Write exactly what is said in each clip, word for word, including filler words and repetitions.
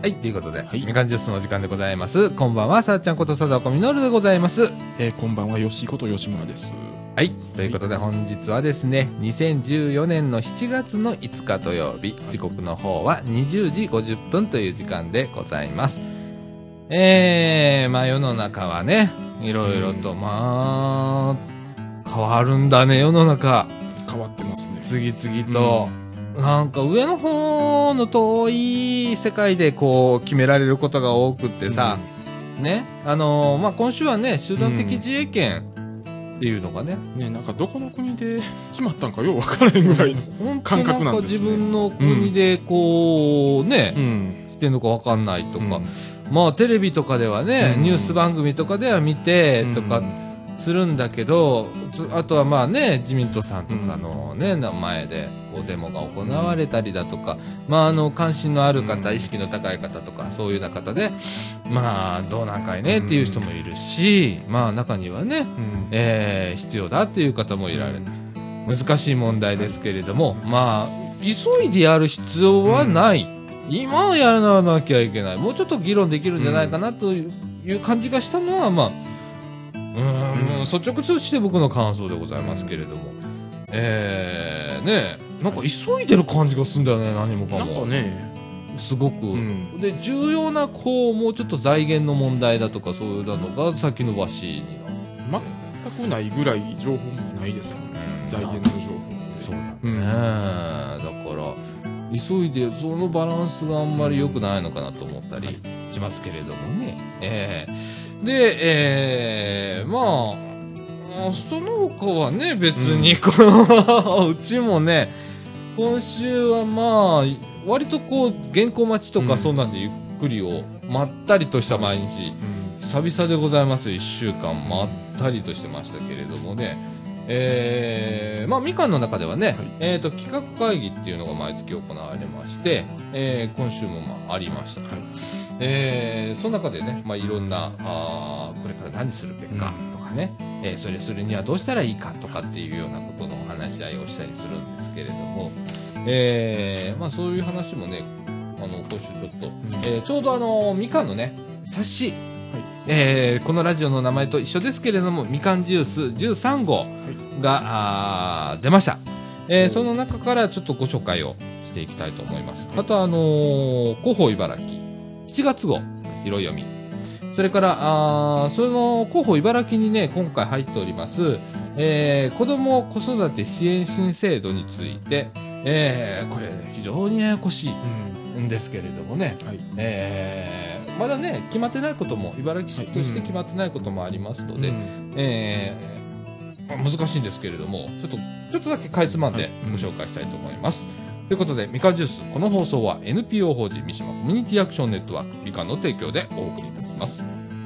はい、ということで、 はいみかんジュースのお時間でございます。こんばんは、さあちゃんことさだこみのるでございます。 えー、こんばんは、よしこと吉村です。 はい、ということで本日はですね、にせんじゅうよねんのしちがつのいつか土曜日、時刻の方はにじゅうじごじゅっぷんという時間でございます。えー、まあ世の中はね、いろいろと、まあ、変わるんだね、世の中。 変わってますね。 次々と。うん、なんか上の方の遠い世界でこう決められることが多くってさ、うん、ね、あのー、まあ、今週はね、集団的自衛権っていうのがね、 うん、ね、なんかどこの国で決まったんかよう分からへんぐらいの感覚なんですね。 自分の国でこう、ね、 うん、 してんのか分かんないとか、うん、まあテレビとかではね、うん、ニュース番組とかでは見てとかするんだけど、あとはまあね、自民党さんとかのね、名前でこうデモが行われたりだとか、まああの関心のある方、意識の高い方とか、そういうような方で、まあどうなんかいねっていう人もいるし、まあ中にはね、えー、必要だっていう方もいられる。難しい問題ですけれども、まあ急いでやる必要はない。今はやらなきゃいけない。もうちょっと議論できるんじゃないかなという感じがしたのは、まあ、うーん、率直として僕の感想でございますけれども。えー、ねえ、なんか急いでる感じがするんだよね、何もかも。 なんかね、 すごく。 うん、 で、重要な、こう、もうちょっと財源の問題だとか、そういうのが先延ばしになって。 全くないぐらい情報もないですもんね。うん、財源の情報。 そうだね。うん、だから、急いでそのバランスがあんまり良くないのかなと思ったりしますけれどもね、えー、で、えー、まあその他はね別にこの、うん、うちもね今週はまあ割とこう原稿待ちとかそんなんでゆっくりをまったりとした毎日、うん、久々でございます。いっしゅうかんまったりとしてましたけれどもね、えー、まあみかんの中ではね、はい、えーと企画会議っていうのが毎月行われまして、えー、今週もまあありました、はい、えー、その中でね、まあ、いろんなあこれから何するべきかとかね、うん、えー、それするにはどうしたらいいかとかっていうようなことのお話し合いをしたりするんですけれども、えー、まあそういう話もねあの今週ちょっと、うん、えー、ちょうどあのみかんのね冊子、えー、このラジオの名前と一緒ですけれどもみかんジュースじゅうさんごうが、はい、あ出ました、えー、その中からちょっとご紹介をしていきたいと思います。あとあのー、広報茨城しちがつごう色読み、それからあその広報茨城にね今回入っております、えー、子ども子育て支援新制度について、えー、これ非常にややこしいんですけれどもね、うん、はい、えーまだね決まってないことも茨城市として決まってないこともありますので、はい、うん、えー、難しいんですけれどもちょっとちょっとだけかいつまんでご紹介したいと思います、はい、うん、ということでみかんジュース、この放送は エヌピーオー 法人三島コミュニティアクションネットワークみかんの提供でお送りいたします。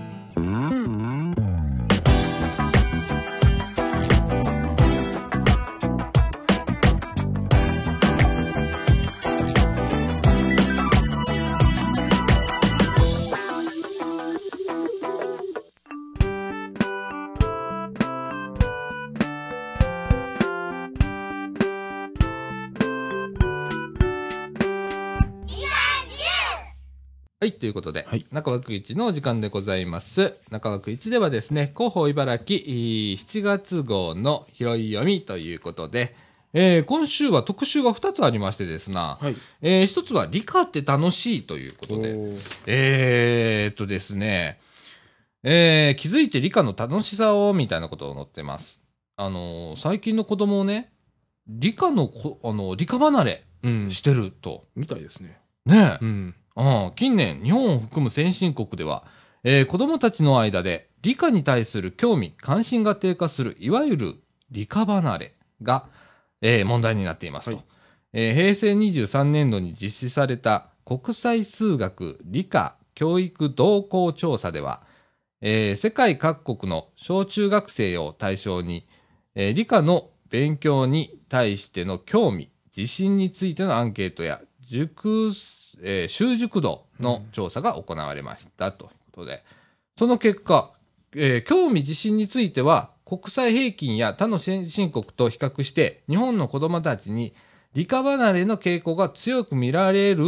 はい、ということで、はい、中枠いちのお時間でございます。中枠いちではですね、広報茨城しちがつごうの拾い読みということで、えー、今週は特集がふたつありましてですな、はい、えー、ひとつは理科って楽しいということで、えーっとですね、えー、気づいて理科の楽しさをみたいなことを載ってます。あのー、最近の子供をね、理科のこ、あの、理科離れしてると。 うん、みたいですね。 ねえ。うん、ああ、近年、日本を含む先進国では、えー、子供たちの間で理科に対する興味、関心が低下する、いわゆる理科離れが、えー、問題になっていますと。はい、えー、へいせいにじゅうさんねんどに実施された国際数学理科教育動向調査では、えー、世界各国の小中学生を対象に、えー、理科の勉強に対しての興味、自信についてのアンケートや塾、えー、習熟度の調査が行われましたということで、うん、その結果、えー、興味自信については国際平均や他の先進国と比較して日本の子どもたちに理科離れの傾向が強く見られる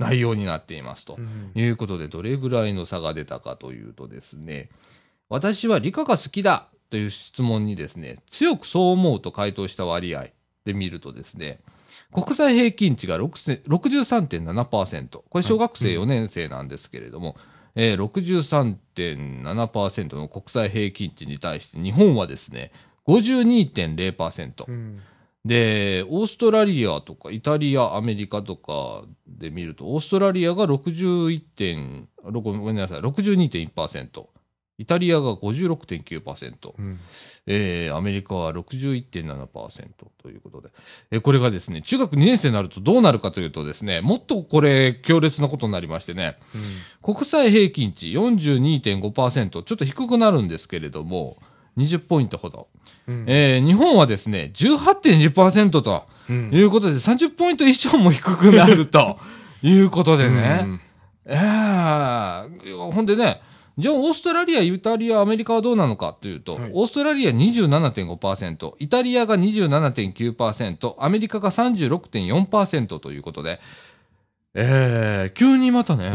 内容になっていますと、 うん、 いうことで、どれぐらいの差が出たかというとですね、私は理科が好きだという質問にですね、強くそう思うと回答した割合で見るとですね、国際平均値がろくじゅうさんてんななパーセント。これ小学生よねん生なんですけれども、はいえー、ろくじゅうさんてんななパーセント の国際平均値に対して日本はですね、ごじゅうにてんゼロパーセント。うんで、オーストラリアとかイタリア、アメリカとかで見ると、オーストラリアがろくじゅういってん、ごめんなさい、ろくじゅうにてんいちパーセント。イタリアが ごじゅうろくてんきゅうパーセント。うんえー、アメリカは ろくじゅういってんななパーセント ということで、えー。これがですね、中学にねん生になるとどうなるかというとですね、もっとこれ強烈なことになりましてね、うん、国際平均値 よんじゅうにてんごパーセント、ちょっと低くなるんですけれども、にじゅっポイントほど。うんえー、日本はですね、じゅうはちてんにパーセント ということで、さんじゅっポイント以上も低くなるということでね。うん、えー、ほんでね、じゃあオーストラリア、イタリア、アメリカはどうなのかというと、はい、オーストラリア にじゅうななてんごパーセント、イタリアが にじゅうななてんきゅうパーセント、アメリカが さんじゅうろくてんよんパーセント ということで、えー、急にまたね、うん、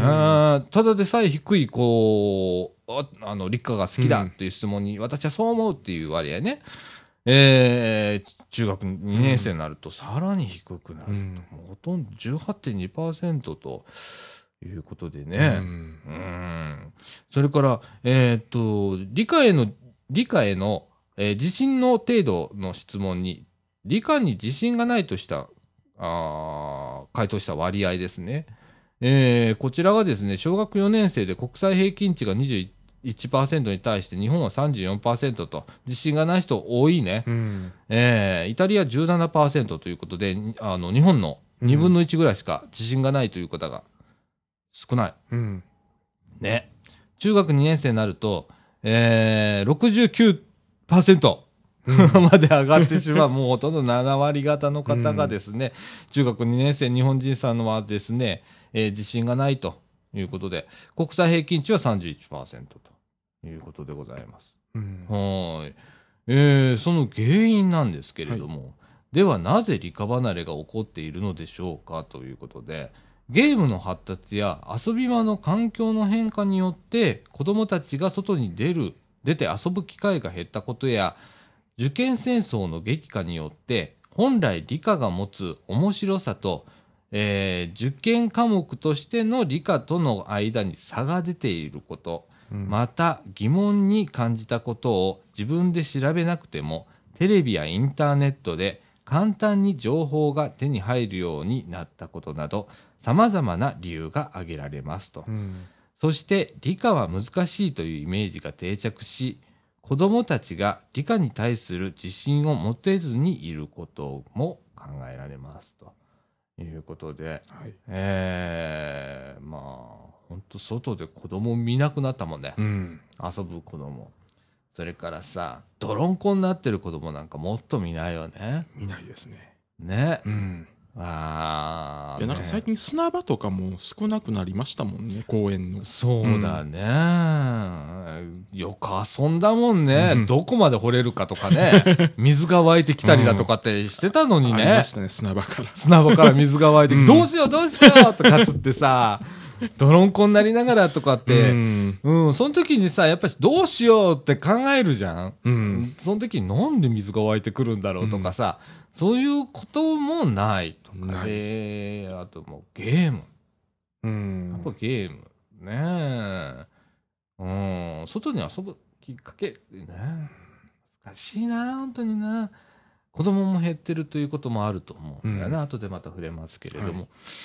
ただでさえ低い、こう、あ, あの、理科が好きだっていう質問に、うん、私はそう思うっていう割合ね、えー、中学にねん生になるとさらに低くなると、うん、ほとんど じゅうはちてんにパーセント ということでね、うん、うんそれから、えー、っと、理科への、理科への、えー、自信の程度の質問に、理科に自信がないとした、あ回答した割合ですね。えー、こちらがですね、小学よねん生で国際平均値が にじゅういちパーセント に対して日本は さんじゅうよんパーセント と自信がない人多いね。うんえー、イタリア じゅうななパーセント ということで、あの日本のにぶんのいちぐらいしか自信がないという方が少ない。うん、ね。中学にねん生になると、えー、ろくじゅうきゅうパーセント。まで上がってしまう、もうほとんどななわり方の方がですね、うん、中学にねん生日本人さんのはですね、えー、自信がないということで、国際平均値は さんじゅういちパーセント ということでございます。うん、はい。えー、その原因なんですけれども、はい、ではなぜ理科離れが起こっているのでしょうかということで、ゲームの発達や遊び場の環境の変化によって子どもたちが外に出る、出て遊ぶ機会が減ったことや、受験戦争の激化によって本来理科が持つ面白さと、えー、受験科目としての理科との間に差が出ていること、うん、また疑問に感じたことを自分で調べなくてもテレビやインターネットで簡単に情報が手に入るようになったことなど様々な理由が挙げられますと、うん、そして理科は難しいというイメージが定着し子どもたちが理科に対する自信を持てずにいることも考えられますということで、はい、えー、まあ本当外で子供見なくなったもんね、うん、遊ぶ子供それからさ泥んこになってる子供なんかもっと見ないよね見ないですねね、 うんあいやなんか最近砂場とかも少なくなりましたもんね公園のそうだね、うん、よく遊んだもんね、うん、どこまで掘れるかとかね水が湧いてきたりだとかってしてたのにね、 うん、ありましたね砂場から砂場から水が湧いてきて、うん、どうしようどうしようとかつってさ泥んこになりながらとかって、うん、うん、その時にさ、やっぱりどうしようって考えるじゃん。うん、その時になんで水が湧いてくるんだろうとかさ、うん、そういうこともないとかで、あともうゲーム。うん、やっぱゲーム。ねえ。うん、外に遊ぶきっかけね。難しいな、本当にな。子供も減ってるということもあると思うんだよね。うん、後でまた触れますけれども。はい、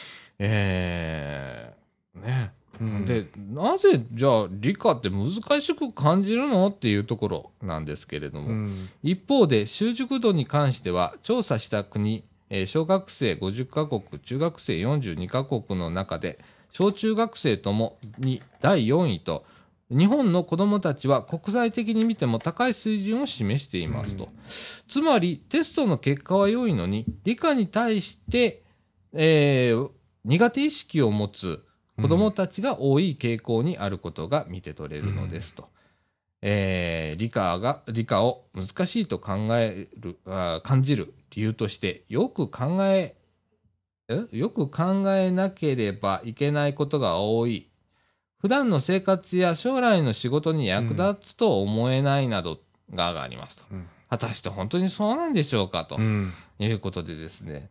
えーねうん、でなぜじゃあ理科って難しく感じるのっていうところなんですけれども、うん、一方で習熟度に関しては調査した国、えー、小学生ごじゅっかこく中学生よんじゅうにかこくの中で小中学生ともにだいよんいと日本の子どもたちは国際的に見ても高い水準を示していますと、うん、つまりテストの結果は良いのに理科に対して、えー、苦手意識を持つ子どもたちが多い傾向にあることが見て取れるのですと、うんえー、理科が理科を難しいと考えるあ感じる理由としてよく考ええよく考えなければいけないことが多い。普段の生活や将来の仕事に役立つと思えないなどがありますと。 うん。 果たして本当にそうなんでしょうかとうん。 いうことでですね。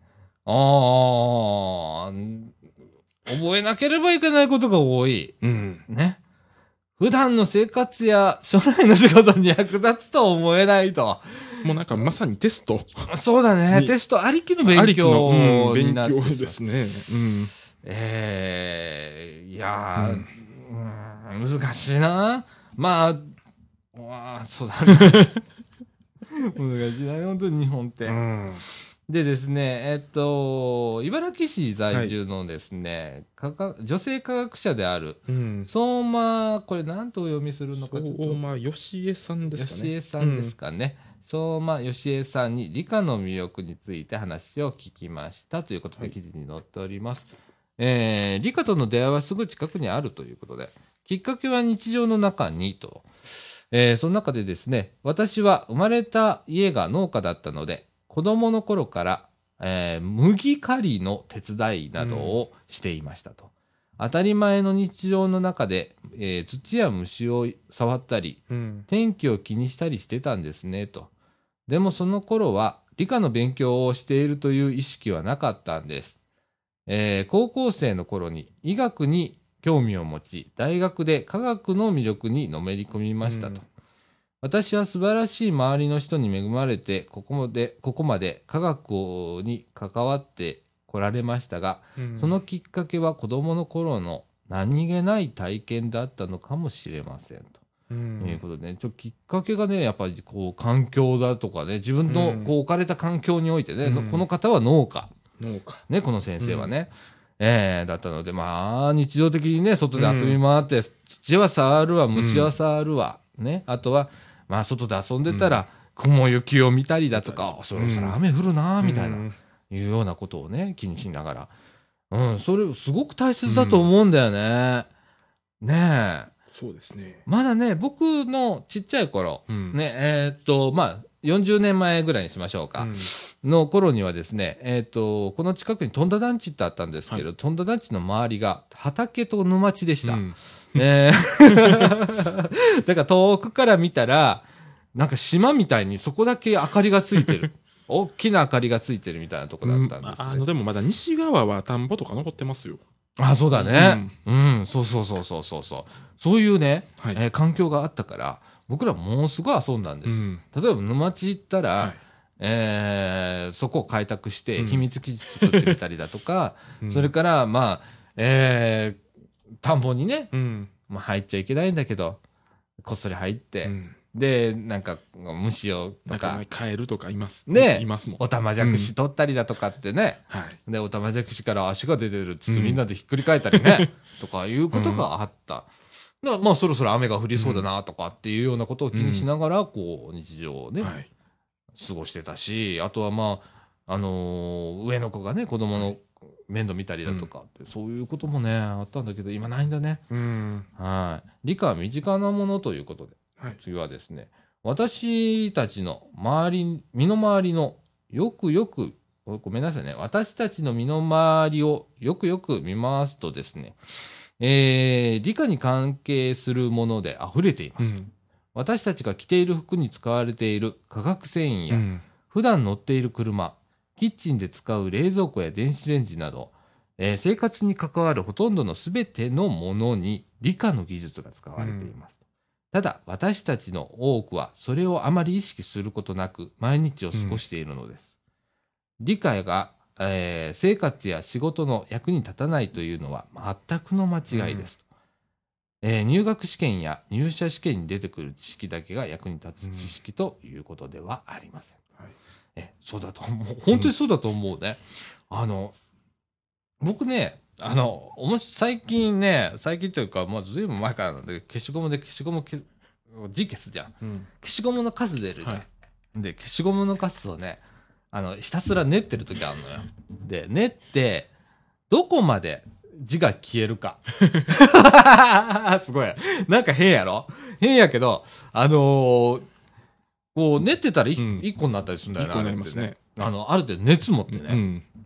ああ、覚えなければいけないことが多い。 うん。 ね。普段の生活や将来の仕事に役立つと思えないと。 もうなんかまさにテスト。 そうだね。 にテストありきの勉ありきの、 強うん、勉になってしまう強ですね。うん。 ええいやー、 うんうーん難しいな。まあ、わあそうだね。難しいな、本当に日本って。 うん。 でですね、えっと、茨城市在住のですね、科学女性科学者である、 うん。 相馬、これ何とお読みするのかちょっと。 相馬よしえさんですかね。 よしえさんですかね。相馬よしえさんに理科の魅力について話を聞きましたということで記事に載っております。えー理科との出会いはすぐ近くにあるということで、きっかけは日常の中にと。えーその中でですね、私は生まれた家が農家だったので、子供の頃から、えー麦刈りの手伝いなどをしていましたと。当たり前の日常の中で、えー土や虫を触ったり、 うん。 天気を気にしたりしてたんですねと。でもその頃は理科の勉強をしているという意識はなかったんです。えー高校生の頃に医学に興味を持ち、大学で科学の魅力にのめり込みましたと。 うん私は素晴らしい周りの人に恵まれて、ここまで、ここまで科学に関わってこられましたが、 うんそのきっかけは子供の頃の何気ない体験だったのかもしれませんと。 うというんことでね、ちょきっかけがね、やっぱりこう環境だとかね、自分のうんこう置かれた環境においてね、 うんこの方は農家、 農家。 ね、この先生はね、えーだったので、まあ、日常的にね、外で遊び回って、土は触るわ、虫は触るわ、ね、あとは、まあ、外で遊んでたら、雲行きを見たりだとか、そろそろ雨降るな、みたいな、 うんいうようなことをね、気にしながら、うん、それ、すごく大切だと思うんだよね。ねえ。 そうですね。 まだね、僕のちっちゃい頃、 うんね、えーっと、まあ、よんじゅうねんまえぐらいにしましょうか。 うんの頃にはですね、えーっと、この近くに富田団地ってあったんですけど、 は富田団地の周りが畑と沼地でした。 うんねーだから遠くから見たら、なんか島みたいにそこだけ明かりがついてる。大きな明かりがついてるみたいなとこだったんですね。 あの、でもまだ西側は田んぼとか残ってますよ。 あ、そうだね。うん、そうそうそうそうそうそう。そういうね、 はいえー環境があったから、僕らものすごい遊んだんですよ。 うん例えば沼地行ったら、 はいえーそこを開拓してうん秘密基地作ってみたりだとか、 うんそれから、まあ、えー田んぼにね、 うん。 まあ、入っちゃいけないんだけど、こっそり入って、 うんで、なんか、虫をとかなんか、、カエルとかいます。 ねいますもん。 おたまじゃくし取ったりだとかってね、 はい。 で、おたまじゃくしから足が出てるっつってみんなでひっくり返ったりね、とかいうことがあった。だからまあそろそろ雨が降りそうだなとかっていうようなことを気にしながら、こう、日常をね、 はい。 過ごしてたし、あとはまあ、あのー上の子がね、子供の面倒見たりだとかって、そういうこともね、あったんだけど、今ないんだね。 うん。 はい。理科は身近なものということで、 はい。 次はですね、私たちの周り、身の回りのよくよく、ごめんなさいね。私たちの身の回りをよくよく見ますとですね、えー、理科に関係するもので溢れています。 うん。 私たちが着ている服に使われている化学繊維や、 うん。 普段乗っている車、キッチンで使う冷蔵庫や電子レンジなど、えー生活に関わるほとんどのすべてのものに理科の技術が使われています。ただ、私たちの多くはそれをあまり意識することなく毎日を過ごしているのです。理科が、えー生活や仕事の役に立たないというのは全くの間違いです。えー入学試験や入社試験に出てくる知識だけが役に立つ知識ということではありません。 はい。 え、そうだと思う。本当にそうだと思うね。あの、僕ね、あの、おもし最近ね、最近というか、まあ、ずいぶん前からなんで、消しゴムで消しゴムけ、字消すじゃん。 うん。 消しゴムのカス出るじゃん。 はいで、消しゴムのカスをね、あの、ひたすら練ってる時あるのよ。で、練って、どこまで字が消えるか。すごい。なんか変やろ変やけど、あのーこう練ってたらいうん一個になったりするんだよね。 一個になりますねあれってあの、ある程度熱持ってね。 うん。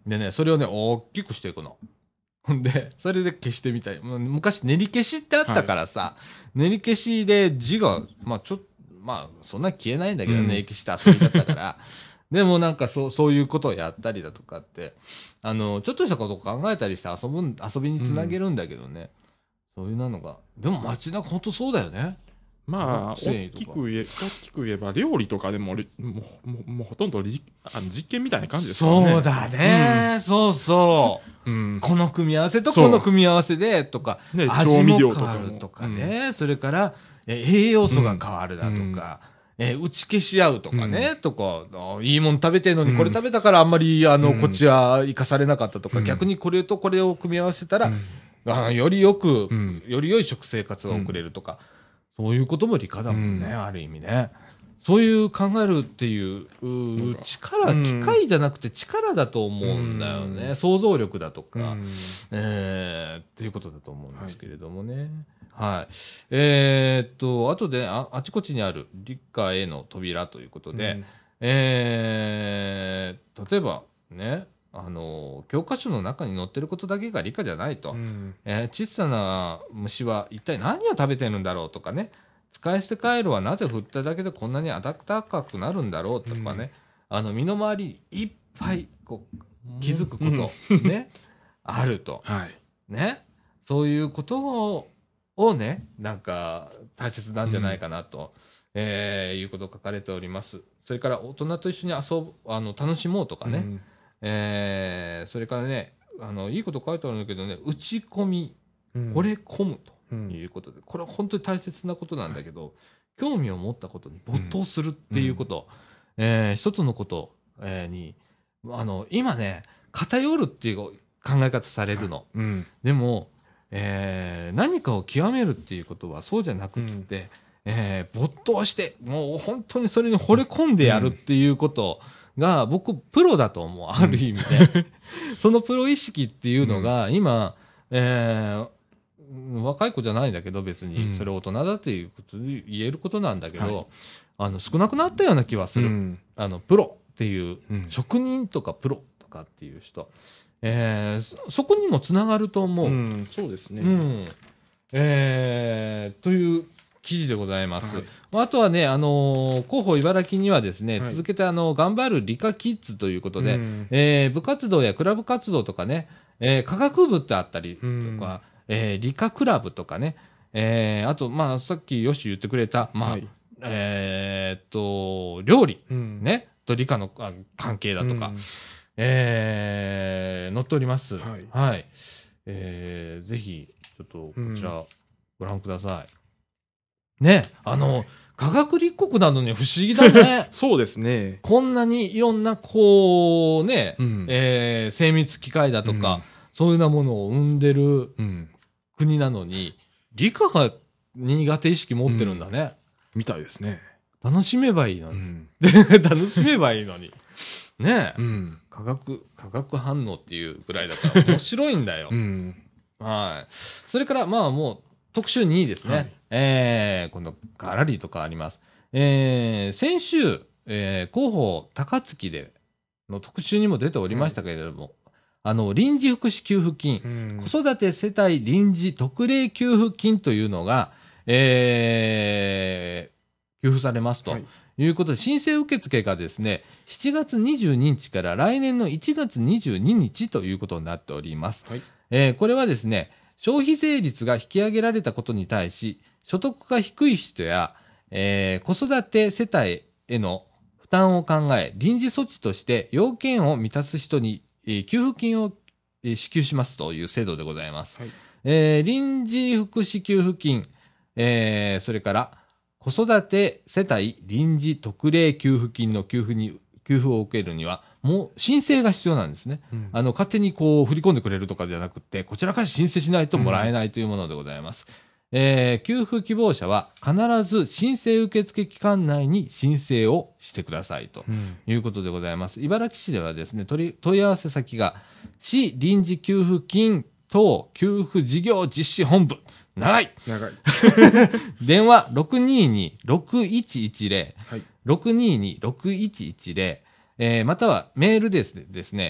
でね、それをね、大きくしていくの。ほんで、それで消してみたい。昔練り消しってあったからさ、はい、練り消しで字が、まあちょっと、まあそんな消えないんだけど、うん、練り消しって遊びだったから、でもなんかそう、そういうことをやったりだとかって、あの、ちょっとしたことを考えたりして遊ぶ、遊びにつなげるんだけどね。うん、そういうなのが。でも街中ほんとそうだよね。 まあ、大きく言え、大きく言えば、料理とかでも、もう、もう、もうほとんどあの実験みたいな感じですからね。 そうだね。うん、そうそう、うん。この組み合わせとこの組み合わせで、とか、ね、味も変わるとかね。うん、それから、え栄養素が変わるだとか、うん、え打ち消し合うとかね、うん、とか、いいもん食べてるのにこれ食べたからあんまり、あの、うん、こっちは生かされなかったとか、うん、逆にこれとこれを組み合わせたら、うん、あよりよく、うん、より良い食生活が送れるとか、うんそういうことも理科だもんね、うん、ある意味ね。そういう考えるっていう、う力、機械じゃなくて力だと思うんだよね。うん、想像力だとか、うん、えー、っていうことだと思うんですけれどもね。はい。はい、えー、っと、あとであ、あちこちにある理科への扉ということで、うん、えー、例えばね、あの教科書の中に載ってることだけが理科じゃないと、うんえー、小さな虫は一体何を食べてるんだろうとかね使い捨てカイロはなぜ振っただけでこんなに暖かくなるんだろうとかね、うん、あの身の回りいっぱいこう気づくこと、うん、ねあると、はい、ねそういうことを、をねなんか大切なんじゃないかなと、うんえー、いうことが書かれております。それから大人と一緒に遊ぶあの楽しもうとかね、うんえー、それからねあのいいこと書いてあるんだけどね打ち込み惚れ込むということで、うん、これは本当に大切なことなんだけど、はい、興味を持ったことに没頭するっていうこと、うんえー、一つのこと、えー、にあの今ね偏るっていう考え方されるの、はいうん、でも、えー、何かを極めるっていうことはそうじゃなくって、うんえー、没頭してもう本当にそれに惚れ込んでやるっていうことが、うん、僕プロだと思うある意味で、うん、そのプロ意識っていうのが今、えー、若い子じゃないんだけど別にそれ大人だっていうこと言えることなんだけど、はい、あの少なくなったような気はする、うん、あのプロっていう、うん、職人とかプロとかっていう人、えー、そこにもつながると思う、うん、 そうですね、 うんえー、という記事でございます。はい、あとはね、あのー、広報茨城にはですね、はい、続けてあの、頑張る理科キッズということで、うん、えー、部活動やクラブ活動とかね、えー、科学部ってあったりとか、うん、えー、理科クラブとかね、えー、あと、まあ、さっきよし言ってくれた、まあ、はい、えー、っと、料理、うん、ね、と理科の関係だとか、うん、えー、載っております。はい。はい、えー、ぜひ、ちょっと、こちら、ご覧ください。ね、あの、科学立国なのに不思議だね。 そうですね。 こんなにいろんな、こう、ね、うん、えー、精密機械だとか、うん、そういうようなものを生んでる国なのに、理科が苦手意識持ってるんだね。うん、 みたいですね。 楽しめばいいのに。うん、楽しめばいいのに。ねえ、うん、化学、化学反応っていうぐらいだから面白いんだよ。うん、はい。それから、まあもう、特集にいですね。はい、えー、今度、ガラリーとかあります。えー、先週、えー、広報高槻での特集にも出ておりましたけれども、はい、あの、臨時福祉給付金、うん、子育て世帯臨時特例給付金というのが、えー、給付されますと。はいいうことで、申請受付がですね、しちがつにじゅうににちから来年のいちがつにじゅうににちということになっております。はいえー、これはですね、消費税率が引き上げられたことに対し、所得が低い人や、えー、子育て世帯への負担を考え、臨時措置として要件を満たす人に、えー、給付金を、えー、支給しますという制度でございます。はいえー、臨時福祉給付金、えー、それから、子育て世帯臨時特例給付金の給付に、給付を受けるには、もう申請が必要なんですね。うん、あの、勝手にこう振り込んでくれるとかじゃなくて、こちらから申請しないともらえないというものでございます。うん、えー、給付希望者は必ず申請受付期間内に申請をしてくださいということでございます。うん、茨城市ではですね、問い合わせ先が、市臨時給付金等給付事業実施本部。長い長い電話 ろくにーにーろくいちいちゼロ、はい、ろくにーにーろくいちいちゼロ、えー、またはメールですですね、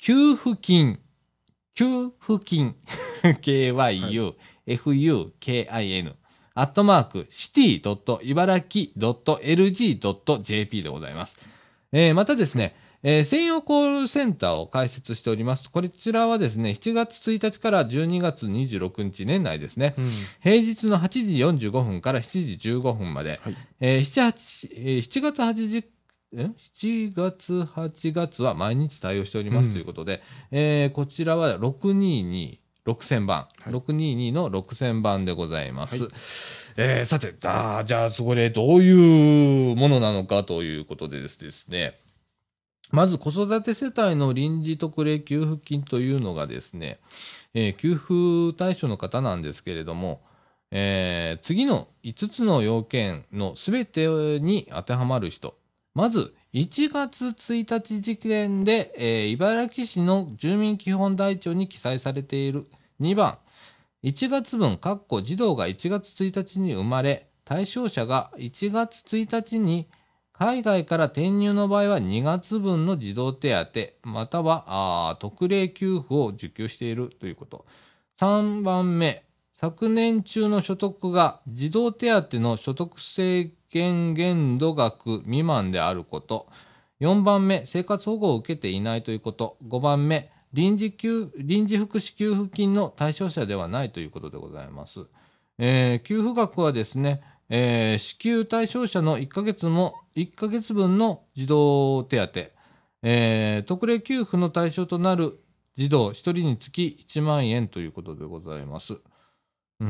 給付金、給付金、ケーワイユーエフユーケーアイエヌ、アットマーク、シティドットいばらきドットエルジードットジェーピー でございます。えー、またですね、えー、専用コールセンターを開設しております。こちらはですね、しちがつついたちからじゅうにがつにじゅうろくにち、年内ですね、うん、平日のはちじよんじゅうごふんからしちじじゅうごふんまで、はい、えー、しち、はち、えー、しちがつはちじ、え ?しち 月、はちがつは毎日対応しておりますということで、うん、えー、こちらはろくにーにろくせんばん、はい、ろくにーにのろくせんばんでございます。はい、えー、さて、あじゃあ、それどういうものなのかということでですね、まず子育て世帯の臨時特例給付金というのがですね、えー、給付対象の方なんですけれども、えー、次のいつつの要件のすべてに当てはまる人。まず、いちがつついたち時点で、えー、茨城市の住民基本台帳に記載されている。にばん、いちがつぶん、かっこ児童がいちがつついたちに生まれ、対象者がいちがつついたちに海外から転入の場合はにがつぶんの児童手当、またはあ特例給付を受給しているということ。さんばんめ、昨年中の所得が児童手当の所得制限限度額未満であること。よんばんめ、生活保護を受けていないということ。ごばんめ、臨時給、臨時福祉給付金の対象者ではないということでございます。えー、給付額はですね、えー、支給対象者のいっかげつも、いっかげつぶんの児童手当、えー、特例給付の対象となる児童ひとりにつきいちまんえんということでございます。うーん。うん、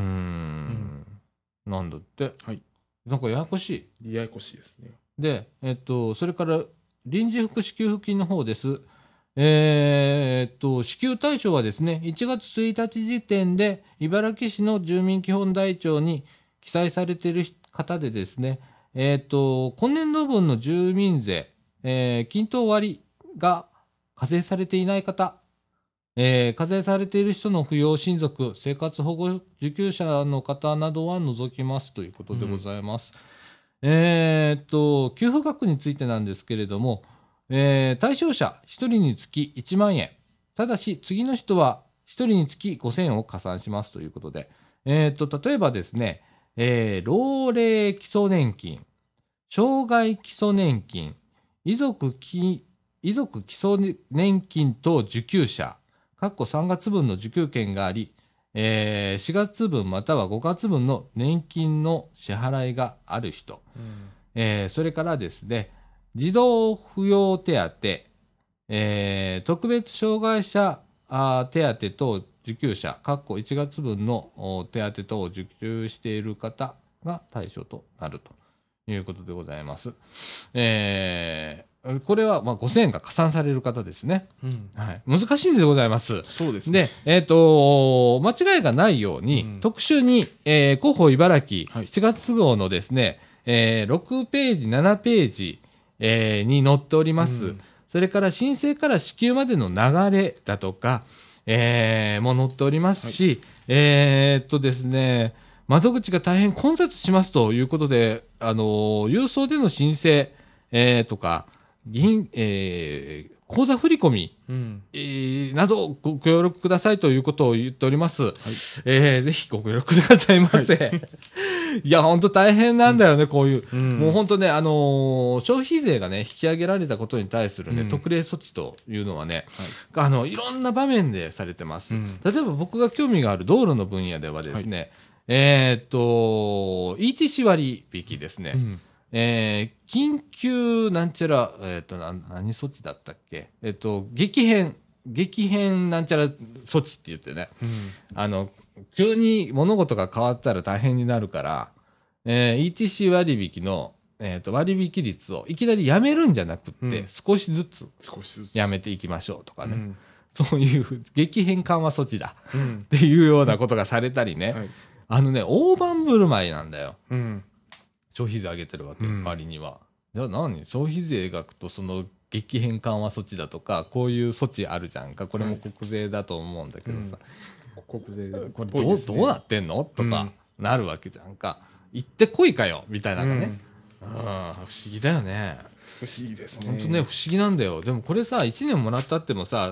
なんだって。はい。なんかややこしい。ややこしいですね。 で、えっと、それから臨時福祉給付金の方です。えー、っと、支給対象はですね、いちがつついたち時点で茨城市の住民基本台帳に記載されている方でですね、えっ、ー、と、今年度分の住民税、えー、均等割が課税されていない方、えー、課税されている人の扶養親族、生活保護受給者の方などは除きますということでございます。うん、えっ、ー、と、給付額についてなんですけれども、えー、対象者ひとりにつきいちまんえん。ただし、次の人はひとりにつきごせんえんを加算しますということで、えっ、ー、と、例えばですね、えー、老齢基礎年金、障害基礎年金、遺族き、遺族基礎年金等受給者、かっこさんがつぶんの受給権があり、えー、しがつぶんまたはごがつぶんの年金の支払いがある人、うん、えー、それからですね、児童扶養手当、えー、特別障害者あ手当等受給者、かっこいちがつぶんの手当等を受給している方が対象となるということでございます。えー、これはまあごせんえんが加算される方ですね。うん、はい、難しいんでございます。 そうですね。 で、えっ、ー、と、間違いがないように、うん、特集に、えー、広報茨城しちがつ号のですね、えー、ろくページ、ななページ、えー、に載っております。うん、それから申請から支給までの流れだとか、えー、も載っておりますし、はい、えー、っとですね、窓口が大変混雑しますということで、あのー、郵送での申請、えー、とか、銀、えー、口座振込、うんえー、などご協力くださいということを言っております。はい、えー、ぜひご協力くださいませ。はい、いや、本当大変なんだよね、うん、こういう。うん、もう本当ね、あのー、消費税がね、引き上げられたことに対するね、うん、特例措置というのはね、はい、あの、いろんな場面でされてます。うん、例えば僕が興味がある道路の分野ではですね、はい、えー、っと、イーティーシー 割引ですね。うんえー、緊急なんちゃら、えっ、ー、と、な、何措置だったっけえっ、ー、と、激変、激変なんちゃら措置って言ってね、うん、あの、急に物事が変わったら大変になるから、えー、イーティーシー 割引の、えっ、ー、と、割引率をいきなりやめるんじゃなくって、うん、少しずつ、少しずつやめていきましょうとかね。うん、そういう激変緩和措置だ、うん、っていうようなことがされたりね、はい、あのね、大盤振る舞いなんだよ。うん消費税上げてるわけ、うん、割には。じゃあ何消費税額とその激変緩和措置だとか、こういう措置あるじゃんか。これも国税だと思うんだけどさ。 うん、国税で。 これどう、どうなってんのとか、なるわけじゃんか。行ってこいかよみたいなのね、うん。不思議だよね。 不思議ですね。 本当ね、不思議なんだよ。でもこれさ、いちねんもらったってもさ、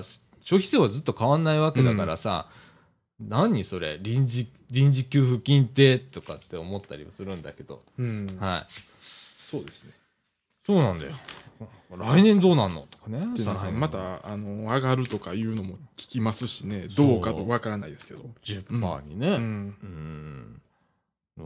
消費税はずっと変わんないわけだからさ、うん、何それ臨時、臨時給付金ってとかって思ったりするんだけど、 うん、 はい。 そうですね。 そうなんだよ。来年どうなんのとかね。 また、あの、上がるとかいうのも聞きますしね、どうかとわからないですけど。 じゅっパーセント にね。うん。うん、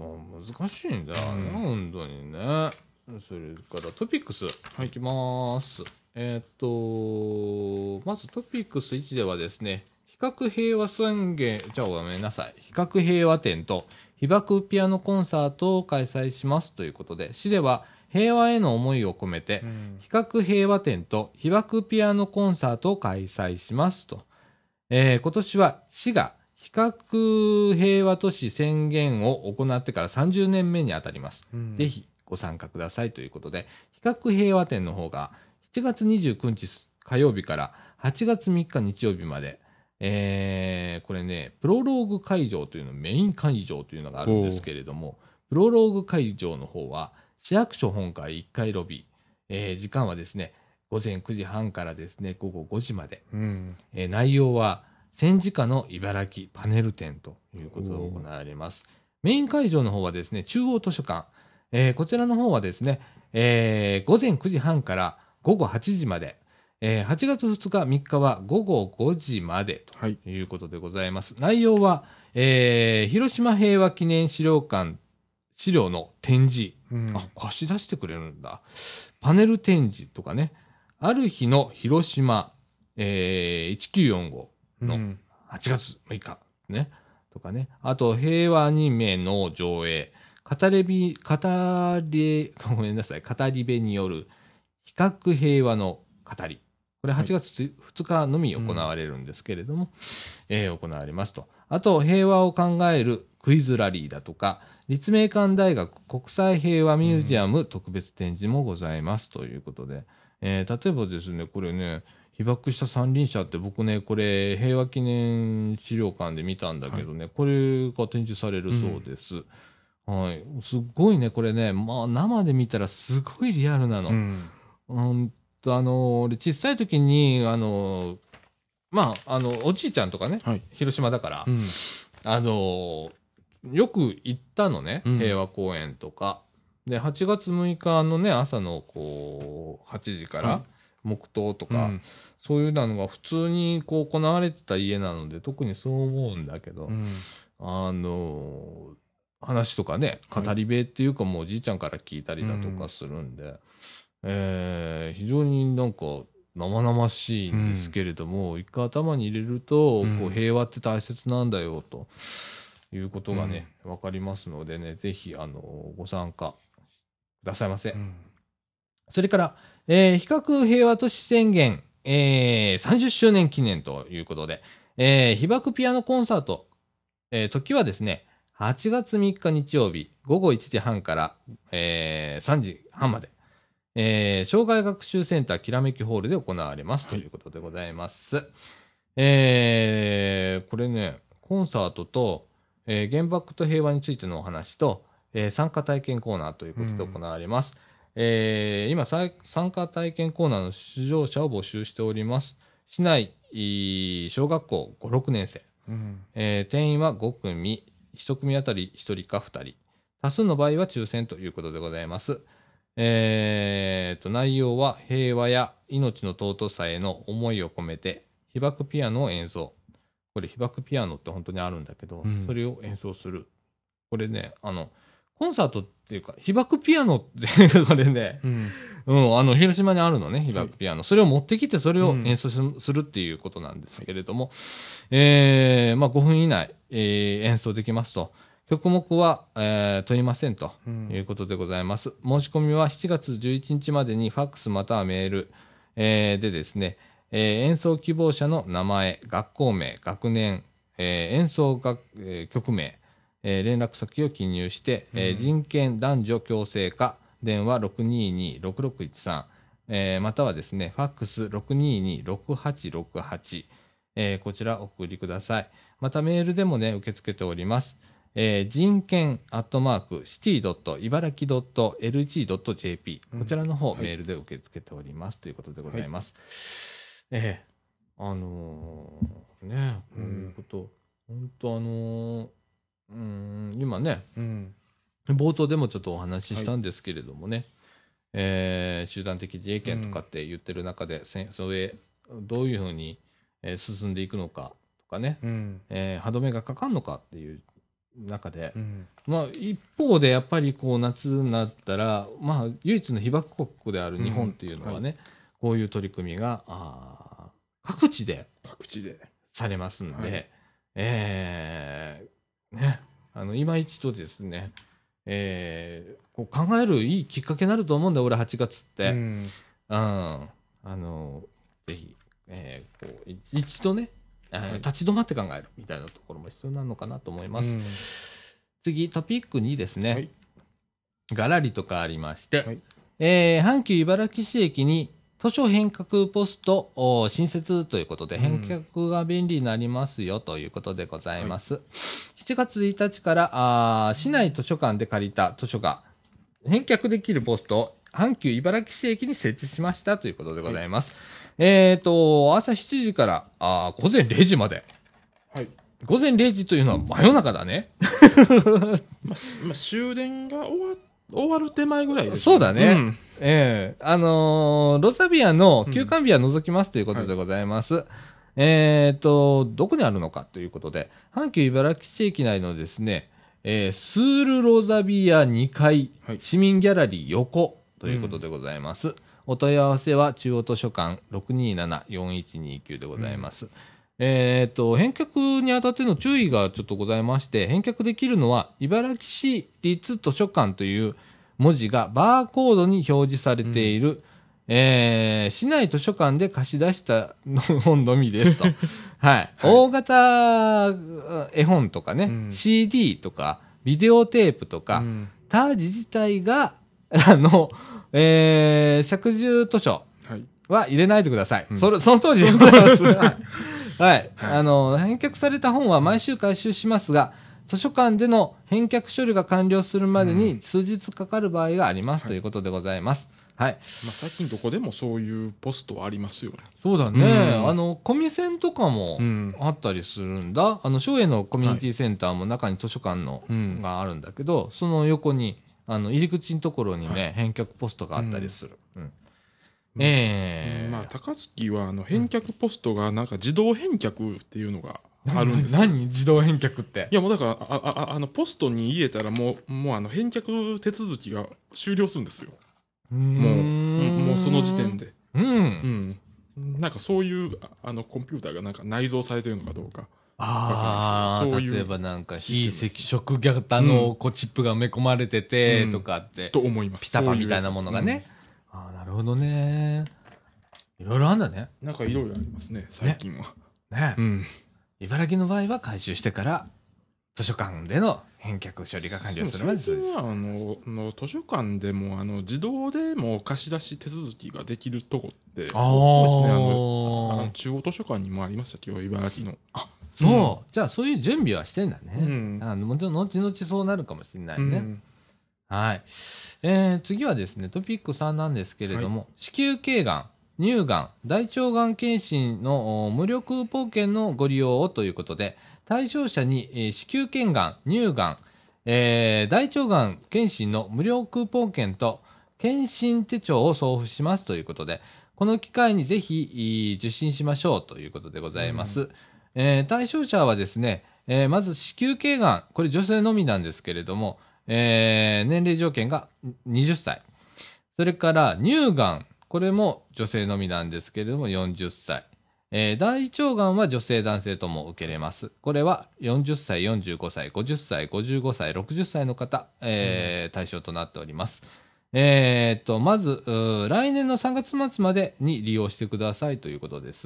難しいんだよね、うん、本当にね。それからトピックス、はい、いきます。えっ、ー、と、まずトピックスいちではですね、比較平和宣言、じゃあごめんなさい。比較平和展と被爆ピアノコンサートを開催しますということで、市では平和への思いを込めて、うん、比較平和展と被爆ピアノコンサートを開催しますと。えー、今年は市が比較平和都市宣言を行ってからさんじゅうねんめにあたります。うん、ぜひご参加くださいということで、比較平和展の方がしちがつにじゅうくにち火曜日からはちがつみっか日曜日まで、えー、これね、プロローグ会場というの、メイン会場というのがあるんですけれども、プロローグ会場の方は、市役所本館いっかいロビー、えー、時間はですね、ごぜんくじはんからですね、ごごごじまで。うんえー、内容は、戦時下の茨城パネル展ということで行われます。メイン会場の方はですね、中央図書館。えー、こちらの方はですね、えー、ごぜんくじはんからごごはちじまで。えー、はちがつふつかみっかはごごごじまでということでございます。はい、内容は、えー、広島平和記念資料館資料の展示、うん、あ、貸し出してくれるんだ。パネル展示とかね、ある日の広島、えー、せんきゅうひゃくよんじゅうごのはちがつむいか、ね、とかね、あと平和アニメの上映、語りび、語り、ごめんなさい、語り部による比較平和の語り。これはちがつふつかのみ行われるんですけれども、はいうんえー、行われますと。あと、平和を考えるクイズラリーだとか、立命館大学国際平和ミュージアム特別展示もございますということで、えー、例えばですね、これね、被爆した三輪車って僕ね、これ平和記念資料館で見たんだけどね、はい、これが展示されるそうです。うん、はい。すっごいね、これね、まあ生で見たらすごいリアルなの。うん。うんと、あの、俺小さい時に、あの、まあ、あの、おじいちゃんとかね、はい、広島だから、うん、あの、よく行ったのね、うん、平和公園とか。で、はちがつむいかのね、朝のこう、はちじから、黙祷とか、うん、そういうのが普通にこう行われてた家なので、特にそう思うんだけど、うん、あの、話とかね、語り部っていうかもうおじいちゃんから聞いたりだとかするんで、うん、えー、非常になんか生々しいんですけれども、うん、一回頭に入れると、うん、こう平和って大切なんだよということがね、わ、うん、かりますのでね、ぜひあのご参加くださいませ。うん、それから、えー、比較平和都市宣言、えー、さんじゅっしゅうねん記念ということで、えー、被爆ピアノコンサート、えー、時はですね、はちがつみっか日曜日、ごごいちじはんから、えー、さんじはんまで、えー、障害学習センターきらめきホールで行われます、はい、ということでございます。えー、これね、コンサートと、えー、原爆と平和についてのお話と、えー、参加体験コーナーということで行われます。うん、えー、今、参加体験コーナーの出場者を募集しております。市内、小学校ご、ろくねん生。うんえー、定員はごくみ、いち組あたりひとりかふたり。多数の場合は抽選ということでございます。えー、と、内容は平和や命の尊さへの思いを込めて、被爆ピアノを演奏。これ被爆ピアノって本当にあるんだけど、うん、それを演奏する。これね、あの、コンサートっていうか、被爆ピアノって、これね、うん、うん、あの、広島にあるのね、被爆ピアノ。はい、それを持ってきて、それを演奏するっていうことなんですけれども、はい、えー、まあごふん以内、えー、演奏できますと。曲目は、えー、問いませんということでございます。うん、申し込みはしちがつじゅういちにちまでにファックスまたはメール、えー、でですね、えー、演奏希望者の名前、学校名、学年、えー、演奏楽、えー、曲名、えー、連絡先を記入して、うんえー、人権男女共生課、電話 ろくにーにーろくろくいちさん、えー、またはですね、ファックス ろくにーにーろくはちろくはち、えー、こちらお送りください。またメールでもね、受け付けております。えー、人権アットマークシティ茨城 エルジー ジェーピー、うん、こちらの方、はい、メールで受け付けておりますということでございます。はい、えーあのー、ね、こういうこと、うん、本当あのー、うん、今ね、うん、冒頭でもちょっとお話ししたんですけれどもね、はい、えー、集団的自衛権とかって言ってる中で、うん、それどういうふうに進んでいくのかとかね、うん、えー、歯止めがかかんのかっていう中で、うん、まあ一方でやっぱりこう夏になったら、まあ唯一の被爆国である日本っていうのはね、うんはい、こういう取り組みがあ各地で各地でされますんで、はい、えー、ね、あの今一度ですね、えー、こう考えるいいきっかけになると思うんだ俺はちがつって、うん、うん、あのぜひ、えー、こう一度ね、はい、立ち止まって考えるみたいなところも必要なのかなと思います、うん、次トピックにですね、はい、ガラリとかありまして、はい、えー、阪急茨城市駅に図書返却ポスト新設ということで、返却が便利になりますよということでございます、はい、しちがつついたちからあ市内図書館で借りた図書が返却できるポストを阪急茨城市駅に設置しましたということでございます、はい、えーと朝しちじからあ午前れいじまで、はい、午前れいじというのは真夜中だねまあ、まあ、終電が終わって終わる手前ぐらいです、ね、 そうだね。うん、ええー、あのー、ロザビアの休館日は除きますということでございます。うんはい、えっ、ー、と、どこにあるのかということで、阪急茨城市駅内のですね、えー、スールロザビアにかい、はい、市民ギャラリー横ということでございます。うん、お問い合わせは中央図書館 ろくにーななよんいちにきゅう でございます。うんえっ、ー、と、返却にあたっての注意がちょっとございまして、返却できるのは、茨城市立図書館という文字がバーコードに表示されている、うんえー、市内図書館で貸し出した本のみですと。はい。はい、大型絵本とかね、うん、シーディー とか、ビデオテープとか、うん、他自治体が、あの、えー、借住図書は入れないでください。はい、それ、その当時でございます。はいはい、はい。あの、返却された本は毎週回収しますが、図書館での返却処理が完了するまでに数日かかる場合があります、うん、ということでございます。はい。まあ、 最近どこでもそういうポストありますよね。 そうだね。うん、あの、コミセンとかもあったりするんだ。うん、あの、松江のコミュニティセンターも中に図書館の、はい、があるんだけど、その横に、あの、入り口のところにね、はい、返却ポストがあったりする。うんうんえー、まあ高槻はあの返却ポストがなんか自動返却っていうのがあるんですよ。 何自動返却って。 いやもうだからあああのポストに入れたらもうもうあの返却手続きが終了するんですよ。もうもうその時点で。うん。うん。なんかそういうあのコンピューターがなんか内蔵されてるのかどうか。 ああ、そういう例えばなんか非赤色型のこうチップが埋め込まれててとかって、うん、 と思います。 ピタパみたいなものがね。ああ、なるほどね。いろいろあるんだね。 なんかいろいろありますね、最近は。ね。 ねうん。茨城の場合は回収してから図書館での返却処理が完了するまで最近はあのの図書館でもあの自動でも貸し出し手続きができるとこって多いですね。あの中央図書館にもありましたけど、茨城の。 あ、そう、うん。じゃあそういう準備はしてんだね。うん。あの後々そうなるかもしれないね。うんはい。えー、次はですね、トピックさんなんですけれども、はい、子宮頸がん、乳がん、大腸がん検診の無料クーポン券のご利用をということで、対象者に、えー、子宮頸がん、乳がん、えー、大腸がん検診の無料クーポン券と検診手帳を送付しますということで、この機会にぜひ受診しましょうということでございます。うんえー、対象者はですね、えー、まず子宮頸がん、これ女性のみなんですけれども、えー、年齢条件がはたち。それから乳がん、これも女性のみなんですけれどもよんじゅっさい。えー、大腸がんは女性男性とも受けれます。これはよんじゅっさい、よんじゅうごさい、ごじゅっさい、ごじゅうごさい、ろくじゅっさいの方、えー、対象となっております。えー、と、まず、来年のさんがつ末までに利用してくださいということです。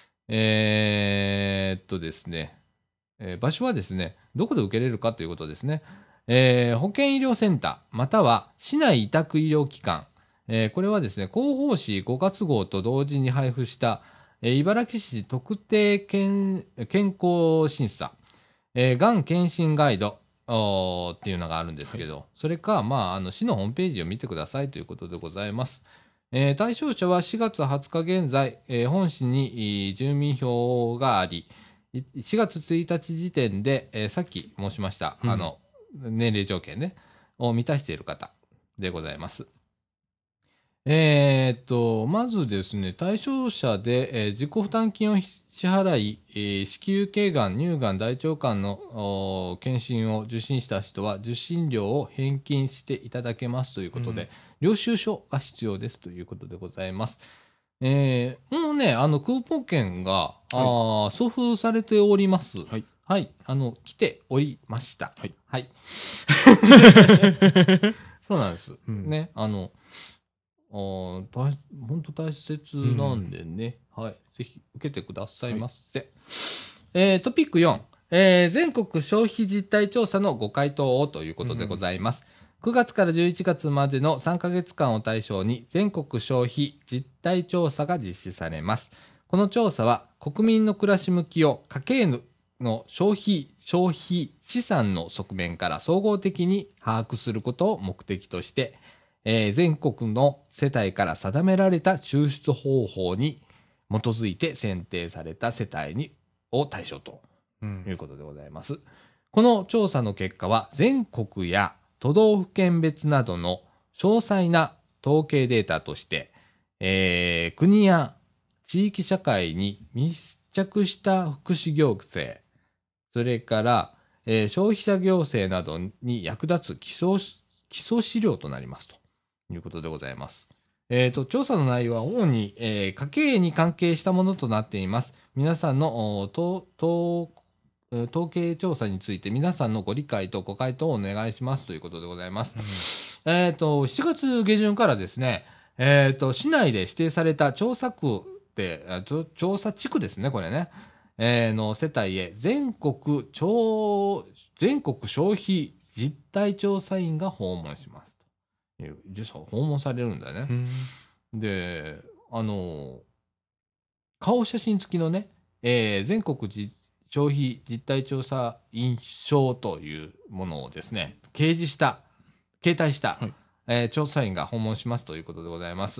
えー、っとですね、えー、場所はですね、どこで受けれるかということですね。えー、保健医療センター、または市内委託医療機関、えー、これはですね、広報誌ごがつ号と同時に配布した、えー、茨城市特定健健康審査、えー、がん検診ガイドっていうのがあるんですけど、はい、それか、まあ、あの市のホームページを見てくださいということでございます。 えー、対象者はしがつはつか現在、えー、本市に住民票があり、しがつついたち時点で、えー、さっき申しました、うん、あの、年齢条件ね、を満たしている方でございます。えー、っと、まずですね、対象者で、えー、自己負担金を支払い、えー、子宮頸がん、乳がん、大腸がんの検診を受診した人は、受診料を返金していただけますということで、うん、領収書が必要ですということでございます。えー、もうね、あの、クーポン券が、はい、あ送付されております。はい。はい。あの、来ておりました。はい。はい。そうなんです。うん、ね、あの、あ本当大切なんでね、うん、はい。ぜひ受けてくださいませ。はい、えー、トピックよん、えー、全国消費実態調査のご回答をということでございます。うん、くがつからじゅういちがつまでのさんかげつかんを対象に全国消費実態調査が実施されます。この調査は国民の暮らし向きを家計の消費、消費、資産の側面から総合的に把握することを目的として、えー、全国の世帯から定められた抽出方法に基づいて選定された世帯にを対象ということでございます。うん、この調査の結果は全国や都道府県別などの詳細な統計データとして、えー、国や地域社会に密着した福祉行政、それから、えー、消費者行政などに役立つ基礎、基礎資料となりますということでございます。えっと、調査の内容は主に、えー、家計に関係したものとなっています。皆さんの統計調査について皆さんのご理解とご回答をお願いしますということでございます。うん、えっと、しちがつげじゅんからですね、えっと、市内で指定された調査区で、調査地区ですね、これね。えー、の世帯へ全国超、全国消費実態調査員が訪問しますという。実は訪問されるんだよね。で、あの、顔写真付きのね、えー、全国消費実態調査員証というものをですね、掲示した、携帯した、はい、えー、調査員が訪問しますということでございます。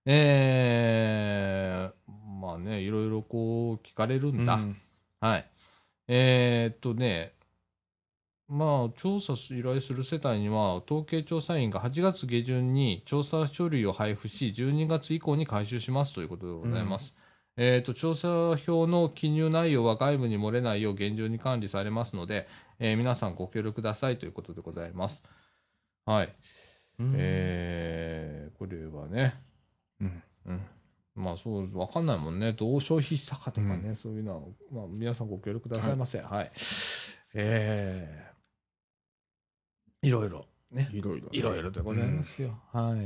えー、まあね、いろいろこう聞かれるんだ。うん、はい。えー、っとね、まあ、調査依頼する世帯には、統計調査員がはちがつげじゅんに調査書類を配布し、じゅうにがつ以降に回収しますということでございます。うん、えー、っと、調査票の記入内容は外部に漏れないよう厳重に管理されますので、えー、皆さんご協力くださいということでございます。はい。うん、えー、これはね、うんうん、まあそう分かんないもんね、どう消費したかとかね、うん、そういうのは、まあ、皆さんご協力くださいませ。はい、はい、えー、いろいろね、 いろいろ、ね、 いろいろでございますよ。うん、はい。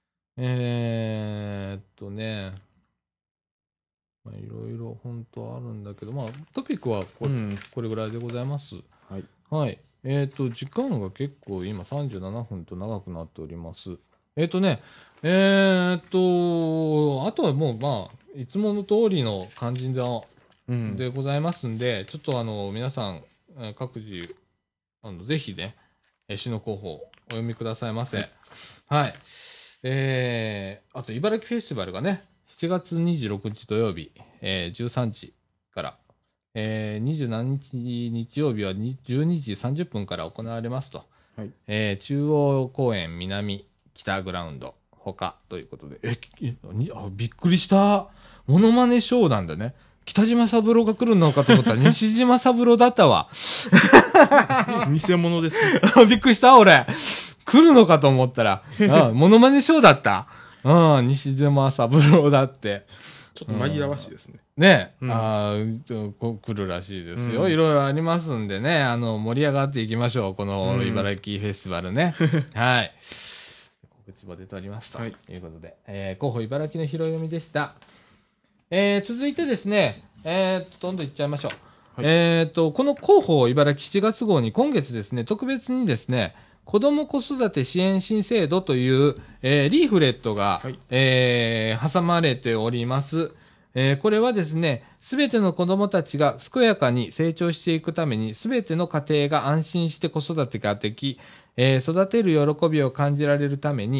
えー、っとね、まあ、いろいろ本当あるんだけど、まあトピックはこれ、うん、これぐらいでございます。はい。はい。えー、っと時間が結構今さんじゅうななふんと長くなっております。えー、っとね。えー、っと、あとはもう、まあ、いつもの通りの感じで、うん、でございますんで、ちょっとあの、皆さん、各自、あの、ぜひね、詩の候補、お読みくださいませ。はい。はい、えー、あと、茨城フェスティバルがね、しちがつにじゅうろくにち土曜日、えー、じゅうさんじから、えー、にじゅうしちにち日曜日はじゅうにじさんじゅっぷんから行われますと。はい、えー、中央公園南北グラウンド。他ということで、え、あ、びっくりした。モノマネショーなんだね。北島三郎が来るのかと思ったら西島三郎だったわ。 偽物です。 びっくりした、俺。来るのかと思ったら、あ、モノマネショーだった。うん、西島三郎だって。 ちょっと紛らわしいですね。 うん、ね、うん、あ来るらしいですよ。うん、いろいろありますんでね、あの、盛り上がっていきましょう。この茨城フェスティバルね。うん、はい。告知も出ておりますということで、はい、えー、候補茨城の拾い読みでした。えー、続いてですね、えー、どんどんいっちゃいましょう。はい、えーと、この候補茨城しちがつ号に今月ですね、特別にですね、子ども子育て支援新制度という、えー、リーフレットが、はい、えー、挟まれております。えー、これはですね、すべての子どもたちが健やかに成長していくために、すべての家庭が安心して子育てができ、えー、育てる喜びを感じられるために、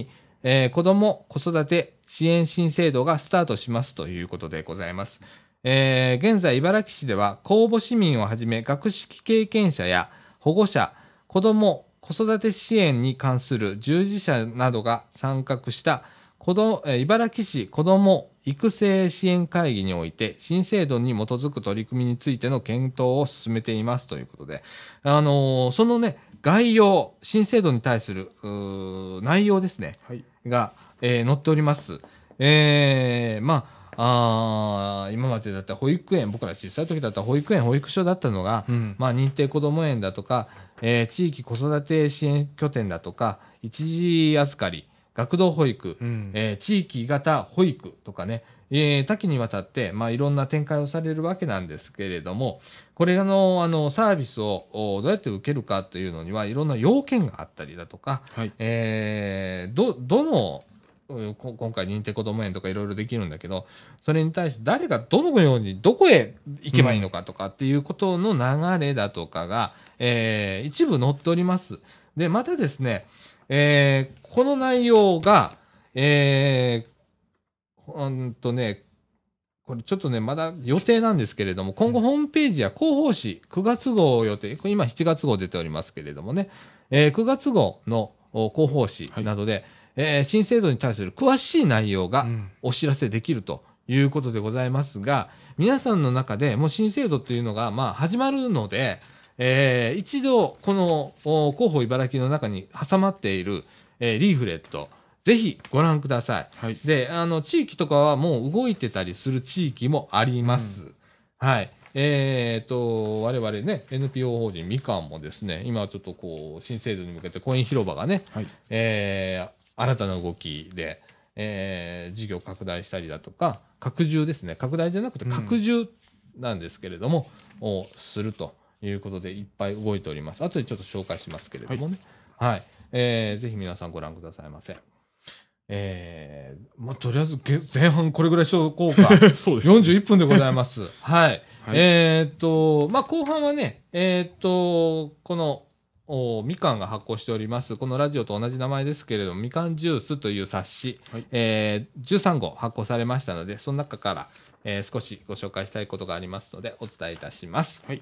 えー、子供子育て支援新制度がスタートしますということでございます。えー、現在茨城市では公募市民をはじめ学識経験者や保護者、子供子育て支援に関する従事者などが参画した子どえー、茨城市子ども育成支援会議において新制度に基づく取り組みについての検討を進めていますということで、あのー、そのね、概要、新制度に対する内容ですね、はい、が、えー、載っております。えー、まあ、あ今までだったら保育園、僕ら小さい時だったら保育園、保育所だったのが、うん、まあ、認定こども園だとか、えー、地域子育て支援拠点だとか、一時預かり、学童保育、うん、えー、地域型保育とかね、えー、多岐にわたって、まあ、いろんな展開をされるわけなんですけれども、これの、あの、サービスをどうやって受けるかというのには、いろんな要件があったりだとか、はい、えー、ど、どの、今回認定こども園とかいろいろできるんだけど、それに対して誰がどのようにどこへ行けばいいのかとかっていうことの流れだとかが、うん、えー、一部載っております。で、またですね、えー、この内容が、えー、うんとね、これちょっとね、まだ予定なんですけれども、今後ホームページや広報誌、くがつ号予定、今しちがつ号出ておりますけれどもね、えー、くがつ号の広報誌などで、はい、えー、新制度に対する詳しい内容がお知らせできるということでございますが、うん、皆さんの中でもう新制度というのが、まあ、始まるので、えー、一度、この広報茨城の中に挟まっている、えー、リーフレット、ぜひご覧ください。はい、で、あの、地域とかはもう動いてたりする地域もあります。うん、はい。えーと、我々ね、エヌピーオー 法人みかんもですね、今ちょっとこう、新制度に向けてコイン広場がね、はい、えー、新たな動きで、えー、事業拡大したりだとか、拡充ですね、拡大じゃなくて拡充なんですけれども、うん、をすると。いうことでいっぱい動いております。後でちょっと紹介しますけれどもね。はい。はい、えー、ぜひ皆さんご覧くださいませ。えー、まあ、とりあえず前半これぐらいしとこうか。そうです、ね。よんじゅういっぷんでございます。はい。はい、えー、っと、まあ、後半はね、えー、っと、この、おみかんが発行しております。このラジオと同じ名前ですけれども、みかんジュースという冊子、はい、えー、じゅうさんごう発行されましたので、その中から、えー、少しご紹介したいことがありますので、お伝えいたします。はい。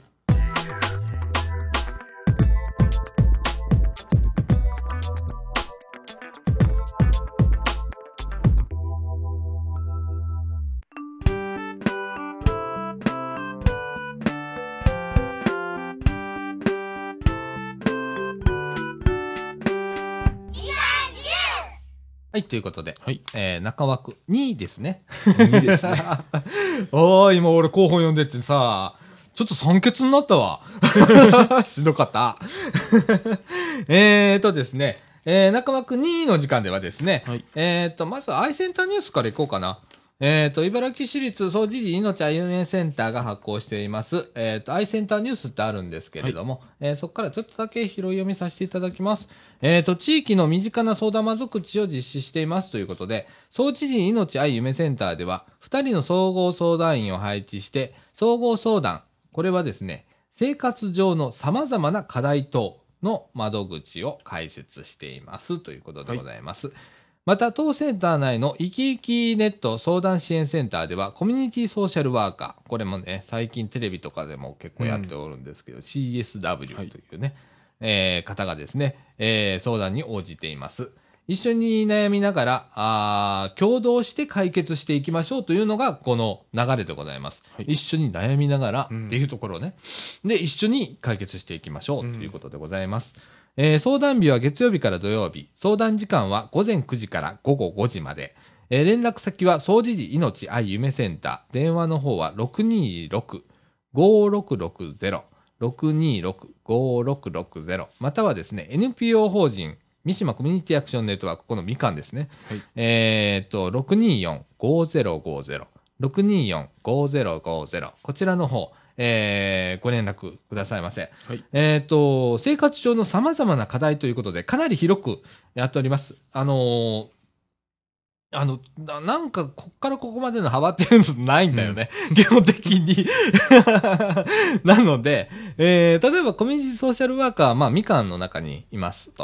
はい、ということで、はい、えー、中枠にですね。にですね。おー、今俺候補読んでってさ、ちょっと酸欠になったわ。しんどかった。えーとですね、えー、中枠にの時間ではですね、はい、えーと、まずアイセンターニュースからいこうかな。えーと、茨城市立総知事命あゆめセンターが発行しています、えーと、アイセンターニュースってあるんですけれども、はい、えー、そこからちょっとだけ拾い読みさせていただきます。えーと、地域の身近な相談窓口を実施していますということで、総知事命あゆめセンターでは、ふたりの総合相談員を配置して、総合相談、これはですね、生活上の様々な課題等の窓口を開設していますということでございます。はい、また、当センター内の生き生きネット相談支援センターでは、コミュニティソーシャルワーカー、これもね、最近テレビとかでも結構やっておるんですけど、うん、シーエスダブリュー というね、はい、えー、方がですね、えー、相談に応じています。一緒に悩みながら、あ共同して解決していきましょうというのが、この流れでございます。はい、一緒に悩みながらっていうところね、うん。で、一緒に解決していきましょうということでございます。うん、えー、相談日は月曜日から土曜日。相談時間は午前くじから午後ごじまで。えー、連絡先は総知事命愛夢センター。電話の方は ろくにーろく ごーろくろくゼロ。ろくにーろく ごーろくろくゼロ。またはですね、エヌピーオー 法人三島コミュニティアクションネットワーク、このみかんですね。はい、えー、っと、ろくにーよん ごーぜろごーぜろ。ろくにーよん ごーぜろごーぜろ。こちらの方、えー、ご連絡くださいませ。はい、えー、っと、生活上の様々な課題ということで、かなり広くやっております。あのー、あの、な, なんか、こっからここまでの幅っていうのないんだよね。うん、基本的に。なので、えー、例えばコミュニティソーシャルワーカーは、まあ、みかんの中にいますと。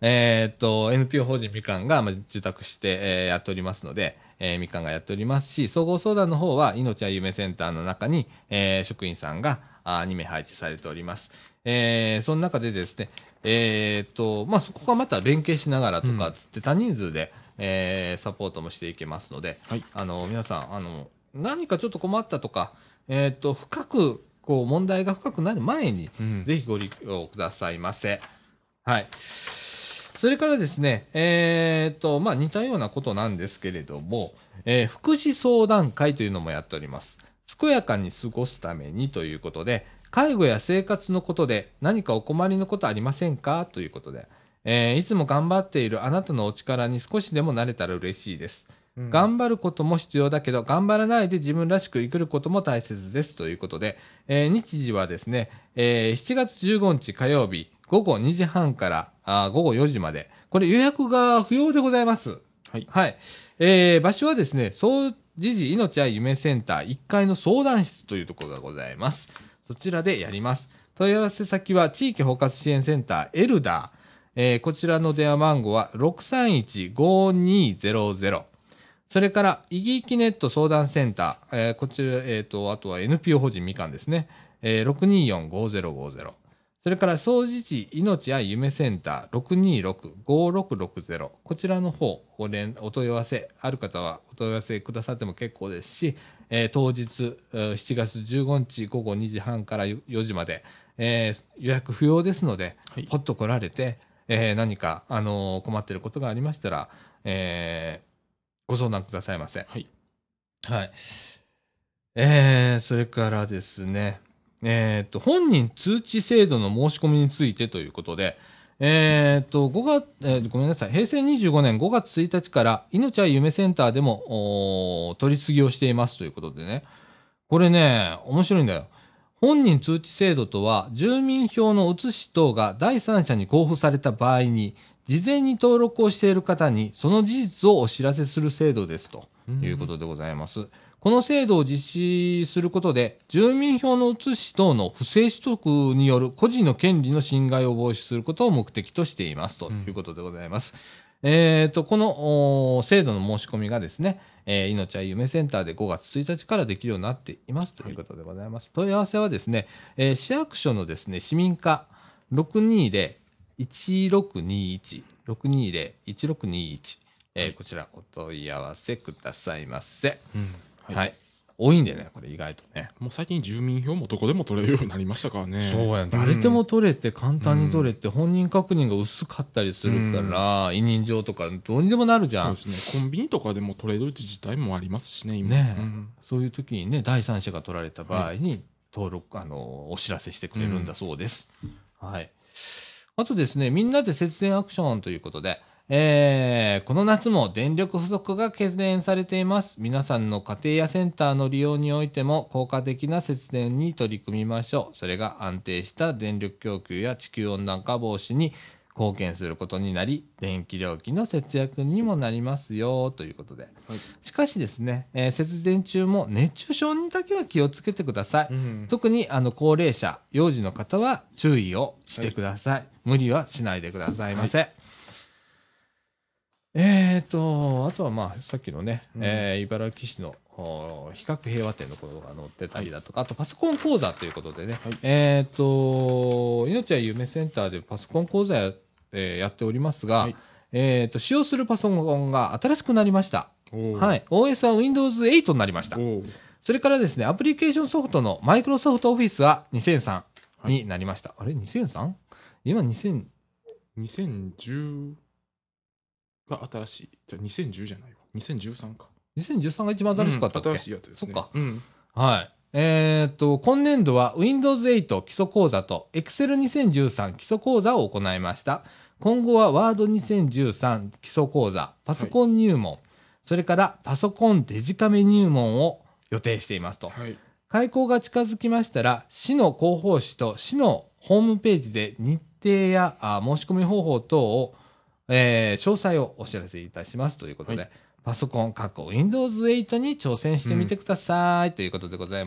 えーっと、エヌピーオー 法人みかんが、まあ、受託して、えーやっておりますので、えーみかんがやっておりますし、総合相談の方は、命や夢センターの中に、えー職員さんがあに名配置されております。えーその中でですね、えーっと、まあ、そこがまた連携しながらとか、つって多人数で、えーサポートもしていけますので、 はい。 あの、皆さん、あの、何かちょっと困ったとか、えーっと、深く、こう、問題が深くなる前に、 うん。 ぜひご利用くださいませ。はい。それからですね、えーっと、まあ、似たようなことなんですけれども、えー福祉相談会というのもやっております。健やかに過ごすためにということで、介護や生活のことで何かお困りのことありませんかということで、えーいつも頑張っているあなたのお力に少しでもなれたら嬉しいです。 うん頑張ることも必要だけど、頑張らないで自分らしく生きることも大切ですということで、えー日時はですね、えーしちがつじゅうごにち火曜日、午後にじはんからあ午後よじまで、これ予約が不要でございます。 はい。 はい。えー場所はですね、総持寺命や夢センターいっかいの相談室というところがございます。そちらでやります。問い合わせ先は地域包括支援センターエルダー。えーこちらの電話番号は ろくさんいちごにゼロゼロ。それから、イギーキネット相談センター、えーこちら、えっ、と、あとは エヌピーオー 法人みかんですね。えー、ろくにーよんごゼロごゼロ。それから、総持寺命や夢センターろくにーろくごろくろくゼロ。こちらの方、お連、お問い合わせ、ある方はお問い合わせくださっても結構ですし、えー当日、えーしちがつじゅうごにち午後にじはんからよじまで、えー予約不要ですので、 はいポッと来られて、えー何か、あのー困っていることがありましたら、えーご相談くださいませ。 はい。 はい。えー、それからですね、えっ、と、本人通知制度の申し込みについてということで、えっ、と、ごがつ、えーごめんなさい、へいせいにじゅうごねんごがつついたちから、命は夢センターでも、おー取り次ぎをしていますということでね、これね、面白いんだよ。本人通知制度とは、住民票の写し等が第三者に交付された場合に、事前に登録をしている方に、その事実をお知らせする制度ですということでございます。この制度を実施することで、住民票の写し等の不正取得による個人の権利の侵害を防止することを目的としていますということでございます。えっと、このお制度の申し込みがですね、えー、命は夢センターでごがつついたちからできるようになっていますということでございます。問い合わせはですね、えー市役所のですね、市民課 ろくにーぜろいちろくにいち、ろくにーぜろいちろくにいち、えーこちらお問い合わせくださいませ。 うん。 はい。 はい。 多いんでね、これ意外とね。 もう最近住民票もどこでも取れるようになりましたからね。 そうやん。誰でも取れて、簡単に取れて、本人確認が薄かったりするから、委任状とかどうにでもなるじゃん。 そうですね。コンビニとかでも取れる自治体もありますしね、今。 ねえ、 うんそういう時にね、第三者が取られた場合に、登録、あの、お知らせしてくれるんだそうです。はい。あとですね、みんなで節電アクションということで、えー、この夏も電力不足が懸念されています。皆さんの家庭やセンターの利用においても効果的な節電に取り組みましょう。それが安定した電力供給や地球温暖化防止に貢献することになり、電気料金の節約にもなりますよ、ということで。 はいしかしですね、えー節電中も熱中症にだけは気をつけてください。 うん特にあの高齢者、幼児の方は注意をしてください。無理はしないでくださいませ。えーと、あとはまあ、さっきのね、 うんえー茨城市のお比較平和展のことが載ってたりだとか、あとパソコン講座ということでね、 はいえーと、命は夢センターでパソコン講座や,、えーやっておりますが、 はいえーと、使用するパソコンが新しくなりました。 おーはい。オーエス は ウィンドウズエイト になりました。 おーそれからですね、アプリケーションソフトのマイクロソフトオフィスはにせんさんになりました。あれ ?にせんさん？ 今にせん、 にせんじゅうが新しい。じゃあにせんじゅうじゃないわ。にせんじゅうさんか。 にせんじゅうさんが一番新しかったっけ、 うん新しいやつですね。 そっか。 うん。 はい。えーっと、今年度は ウィンドウズエイト 基礎講座と エクセルにせんじゅうさん 基礎講座を行いました。今後は ワードにせんじゅうさん 基礎講座、パソコン入門、それからパソコンデジカメ入門を予定していますと。 はい。 開講が近づきましたら、市の広報誌と市のホームページで日程やあ申し込み方法等を、えー詳細をお知らせいたしますということで、 はいパソコン、過去 ウィンドウズエイト に挑戦してみてください、ということでございます。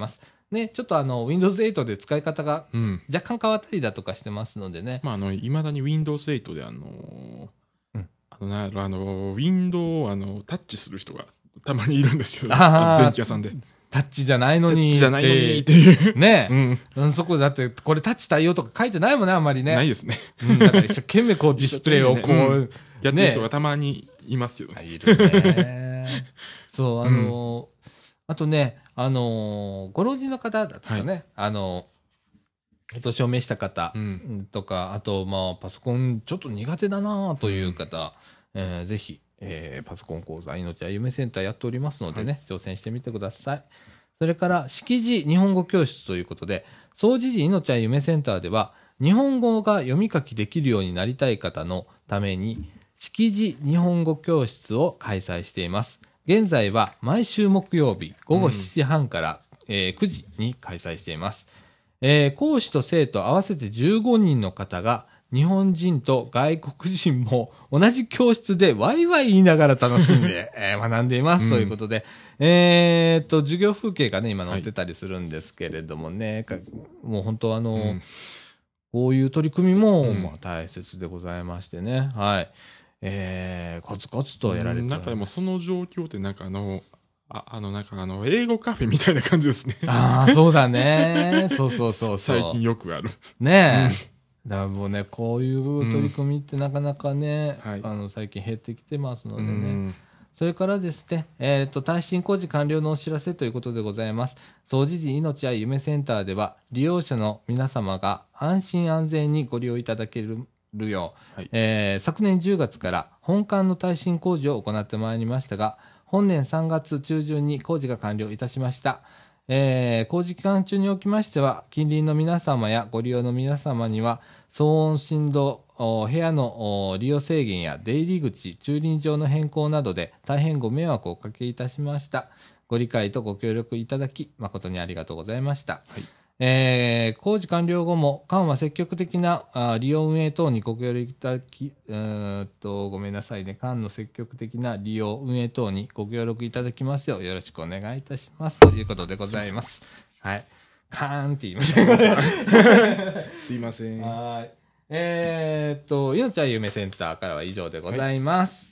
ね、ちょっとあの、ウィンドウズエイト で使い方がうん。 若干変わったりだとかしてますのでね。 まあ、あの、いまだに ウィンドウズエイト であのーうんあの、なんやろあの、ウィンドウをあの、タッチする人がたまにいるんですけど、 あー電気屋さんで。 タッチじゃないのに。 タッチじゃないのにっていう。 ねうん。 うん、そこだって、これタッチ対応とか書いてないもんね、あんまりね。 ないですね。 うん、だから一生懸命こうディスプレイをこう、 一生懸命ねやってる人がたまにいますけどね。 いるね。そう、あのーあとね、あのーご老人の方だとかね、 はいあのーお年を召した方うんとか、あと、まあ、パソコンちょっと苦手だなという方、えーぜひ、えーパソコン講座、命や夢センターやっておりますのでね、挑戦してみてください。それから、識字日本語教室ということで、総持寺命や夢センターでは、日本語が読み書きできるようになりたい方のために、識字日本語教室を開催しています。現在は毎週木曜日午後しちじはんから、えーくじに開催しています。えー講師と生徒合わせてじゅうごにんの方が、日本人と外国人も同じ教室でワイワイ言いながら楽しんで、えー学んでいますということで、えーっと、授業風景がね、今載ってたりするんですけれどもね、かもう本当あの、 うんこういう取り組みも、 うんまあ、大切でございましてね、はい。えー、コツコツとやられてうんおりますなんかでもその状況ってなんかあの、ああのなんかあの、英語カフェみたいな感じですね。 ああ、そうだね。そうそうそうそう。 最近よくある。 ねえ。だからもうね、こういう取り組みってなかなかね、 はいあの、最近減ってきてますのでうね。 ん。 それからですね、えっ、と、耐震工事完了のお知らせということでございます。総持寺命や夢センターでは、利用者の皆様が安心安全にご利用いただけるよう、 はいえー昨年じゅうがつから本館の耐震工事を行ってまいりましたが、本年さんがつ中旬に工事が完了いたしました。えー工事期間中におきましては、近隣の皆様やご利用の皆様には、騒音振動、お部屋のお利用制限や出入り口、駐輪場の変更などで大変ご迷惑をおかけいたしました。ご理解とご協力いただき、誠にありがとうございました。 はいえー工事完了後も、館は積極的なあ利用運営等にご協力いただき、うーんと、ごめんなさいね、館の積極的な利用運営等にご協力いただきますよう、よろしくお願いいたします。ということでございます。はい。カーンって言いました。 すいません。 はーい。えーっと、命は夢センターからは以上でございます。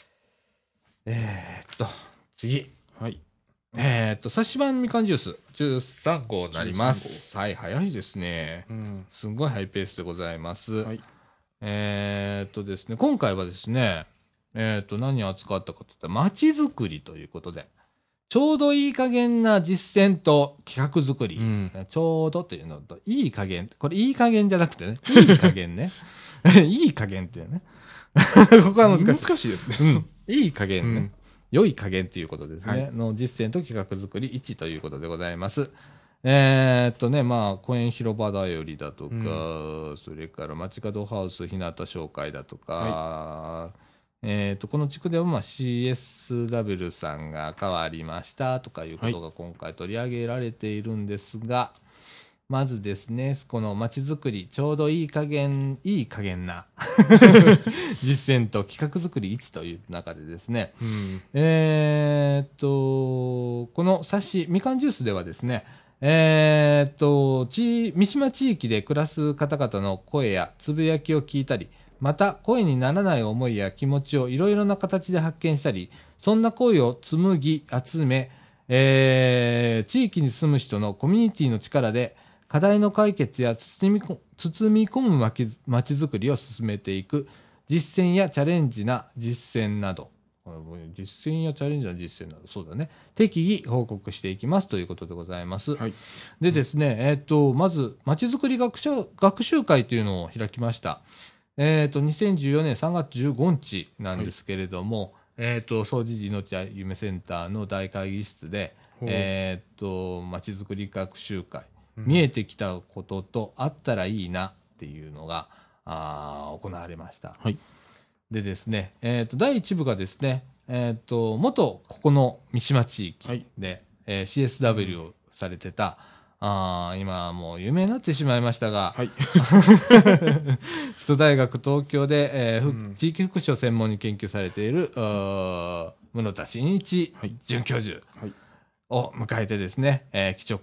えーっと、次。 はい。 えーっと、冊子版みかんジュース、じゅうさんごうになります。はい、早いですね。 うん。 すごいハイペースでございます。 はい。 えーっとですね、今回はですね、えーっと、何を扱ったかといったら、街づくりということで、ちょうどいい加減な実践と企画作り。 うんちょうどっていうのと、いい加減。これいい加減じゃなくてね、いい加減ね。いい加減っていうね。ここは難しい。 難しいですね。 うん。いい加減ね。 うん良い加減ということですね。 はいの実践と企画作りいちということでございます。えーっとね、まあ、公園広場だよりだとか、それから街角ハウス日向紹介だとか、えーっと、この地区ではまあ シーエスダブリュー さんが変わりましたとかいうことが今回取り上げられているんですが、まずですね、この街づくり、ちょうどいい加減、いい加減な実践と企画作りいちという中でですね、 うん。 えーっと、この冊子、みかんジュースではですね、えーっと、ち三島地域で暮らす方々の声やつぶやきを聞いたり、また声にならない思いや気持ちをいろいろな形で発見したり、そんな声を紡ぎ、集め、えー地域に住む人のコミュニティの力で課題の解決や包みこ包み込むまき街づくりを進めていく実践やチャレンジな実践など、あ実践やチャレンジな実践など、そうだね。適宜報告していきますということでございます。 はい。 でですね、えっ、と、まず、まちづくり学習学習会というのを開きました。えっ、と、にせんじゅうよねんさんがつじゅうごにちなんですけれども、えっ、と、総持寺命や夢センターの大会議室で、 ほうえっ、と、まちづくり学習会、 うん見えてきたこととあったらいいなっていうのが、あー行われました。 はい。 でですね、えっ、と、だいいち部がですね、えっ、と、元ここの三島地域はいで、えー シーエスダブリュー をされてた、あー今はもう有名になってしまいましたが、 はい。 首都大学東京で、えーふうん地域福祉を専門に研究されている、あー室田真一はい准教授はい。 を迎えてですね、えー基調講演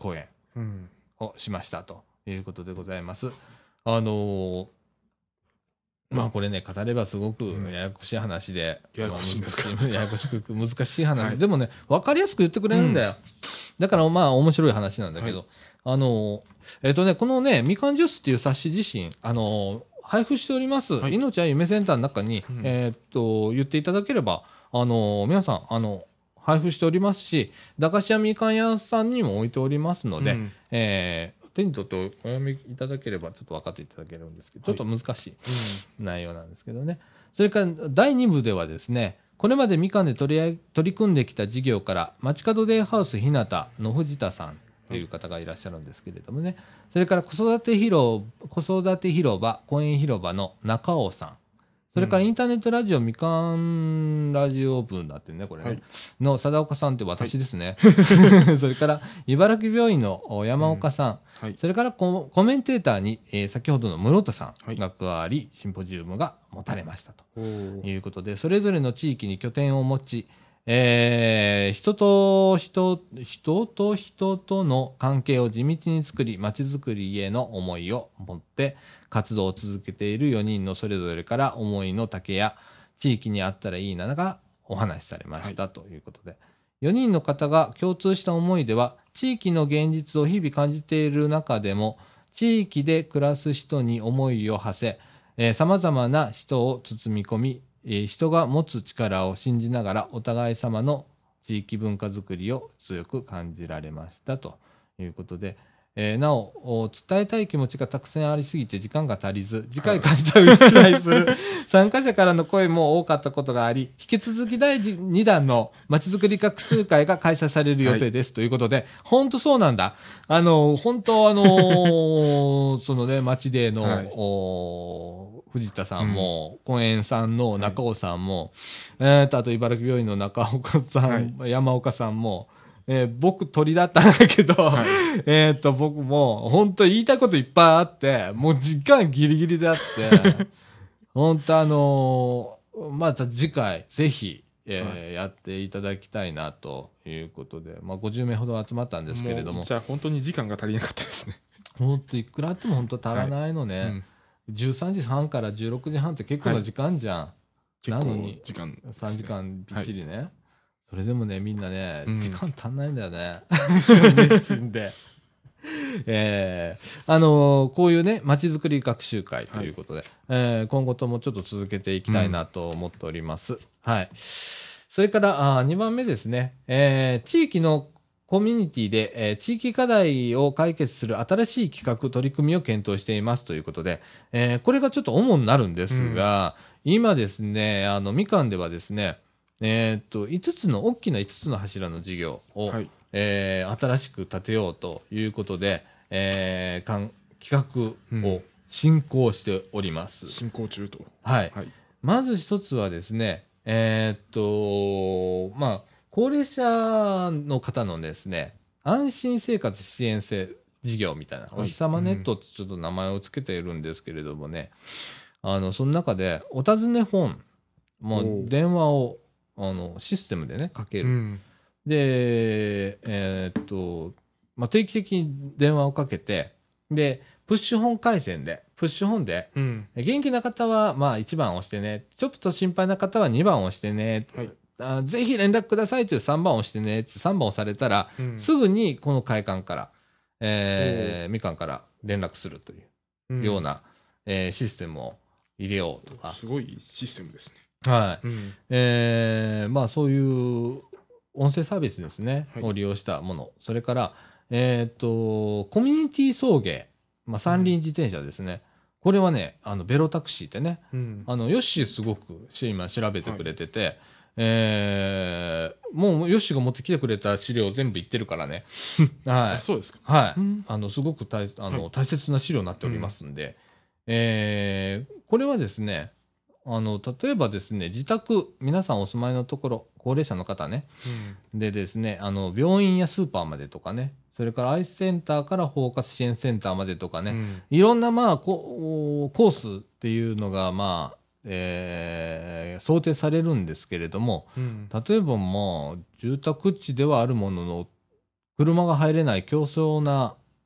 をしましたということでございます。あのー、まあこれね、語ればすごくややこしい話で、 うん、ややこしいんですか、 まあ、ややこしく難しい話、 はい、 でもね、わかりやすく言ってくれるんだよ。うん、だからまあ面白い話なんだけど、はい、あのー、えっとね、このね、みかんジュースっていう冊子自身、あのー、配布しております、はい、命は夢センターの中に、うん、えー、っと、言っていただければ、あのー、皆さん、あの、配布しておりますし、駄菓子屋みかん屋さんにも置いておりますので、うん、えー、手に取ってお読みいただければちょっと分かっていただけるんですけど、はい、ちょっと難しい内容なんですけどね。それからだいに部ではですね、これまでみかんで取り取り組んできた事業から街角デイハウスひなたの藤田さんという方がいらっしゃるんですけれどもね、それから子育て広子育て広場公園広場の中尾さん、それからインターネットラジオみかんラジオ部になってるね、これね、はい、の貞岡さんって私ですね、はい、それから茨城病院の山岡さん、うん、はい、それからコメンテーターに、えー、先ほどの室田さんが加わり、はい、シンポジウムが持たれましたということで、それぞれの地域に拠点を持ち、えー、人と人、人と人との関係を地道に作り、街づくりへの思いを持って活動を続けているよにんのそれぞれから思いの丈や地域にあったらいいながお話しされました、はい、ということで、よにんの方が共通した思いでは、地域の現実を日々感じている中でも、地域で暮らす人に思いを馳せ、えー、様々な人を包み込み、人が持つ力を信じながらお互い様の地域文化づくりを強く感じられましたということで、えー、なお伝えたい気持ちがたくさんありすぎて時間が足りず次回開催を期待する参加者からの声も多かったことがあり、引き続きだいにだんのまちづくり学習会が開催される予定です、はい、ということで、本当そうなんだ。あの本当あのー、そのね町での、はい、お藤田さんも、うん、公園さんの中尾さんも、はい、えーとあと茨城病院の中岡さん、はい、山岡さんも、えー、僕鳥だったんだけど、はい、えっと僕も本当言いたいこといっぱいあって、もう時間ギリギリであって本当あのー、また次回ぜひ、えーはい、やっていただきたいなということで、まあ、ごじゅうめいほど集まったんですけれども、もじゃあ本当に時間が足りなかったですね。 本当いくらあっても本当足らないのね、はい、うん、じゅうさんじはんからじゅうろくじはんって結構な時間じゃん、はい、なのに時間、ね、 さんじかんびっちりね、はい、それでもねみんなね、うん、時間足んないんだよね熱心でえー、あのー、こういうねまちづくり学習会ということで、はい、えー、今後ともちょっと続けていきたいなと思っております、うん、はい。それからあにばんめですね、えー、地域のコミュニティで、えー、地域課題を解決する新しい企画取り組みを検討していますということで、えー、これがちょっと主になるんですが、うん、今ですねあのみかんではですね、えー、っといつつの大きないつつの柱の事業を、はい、えー、新しく立てようということで、えー、かん企画を進行しております、うん、 進行中と、 はい、はい、まず一つはですね、えー、っとまあ高齢者の方のですね安心生活支援制事業みたいな、はい、おひさまネットってちょっと名前を付けているんですけれどもね、うん、あのその中でお尋ね本、もう電話をあのシステムでねかける、うん、でえー、っと、まあ、定期的に電話をかけて、でプッシュ本回線でプッシュ本で、うん、元気な方はまあいちばん押してね、ちょっと心配な方はにばん押してね、はい、あぜひ連絡くださいというさんばん押してねってさんばん押されたら、うん、すぐにこの会館から、えー、みかんから連絡するというような、うん、えー、システムを入れようとか。 すごいシステムですね。 はい、うん、えー、まあそういう音声サービスですね、はい、を利用したもの、それからえっ、ー、とコミュニティ送迎、まあ、三輪自転車ですね、うん、これはねあのベロタクシーってね、うん、あのヨッシーすごく今調べてくれてて、はい、えー、もうヨッシーが持ってきてくれた資料全部言ってるからねはい、 あそうですか、 はい、うん、あのすごく大あの、はい、大切な資料になっておりますんで、うん、えー、これはですねあの例えばですね自宅皆さんお住まいのところ高齢者の方ね、うん、でですねあの病院やスーパーまでとかね、それからアイセンターから包括支援センターまでとかね、うん、いろんなまあコースっていうのがまあ、えー、想定されるんですけれども、うん、例えばまあ住宅地ではあるものの車が入れない狭小な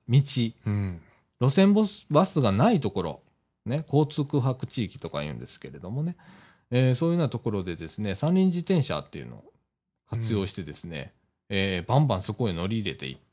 道、 うん、 路線バスがないところ、ね、交通空白地域とか言うんですけれどもね、えーそういうようなところでですね、三輪自転車っていうのを活用してですね、うん、えーバンバンそこへ乗り入れていって、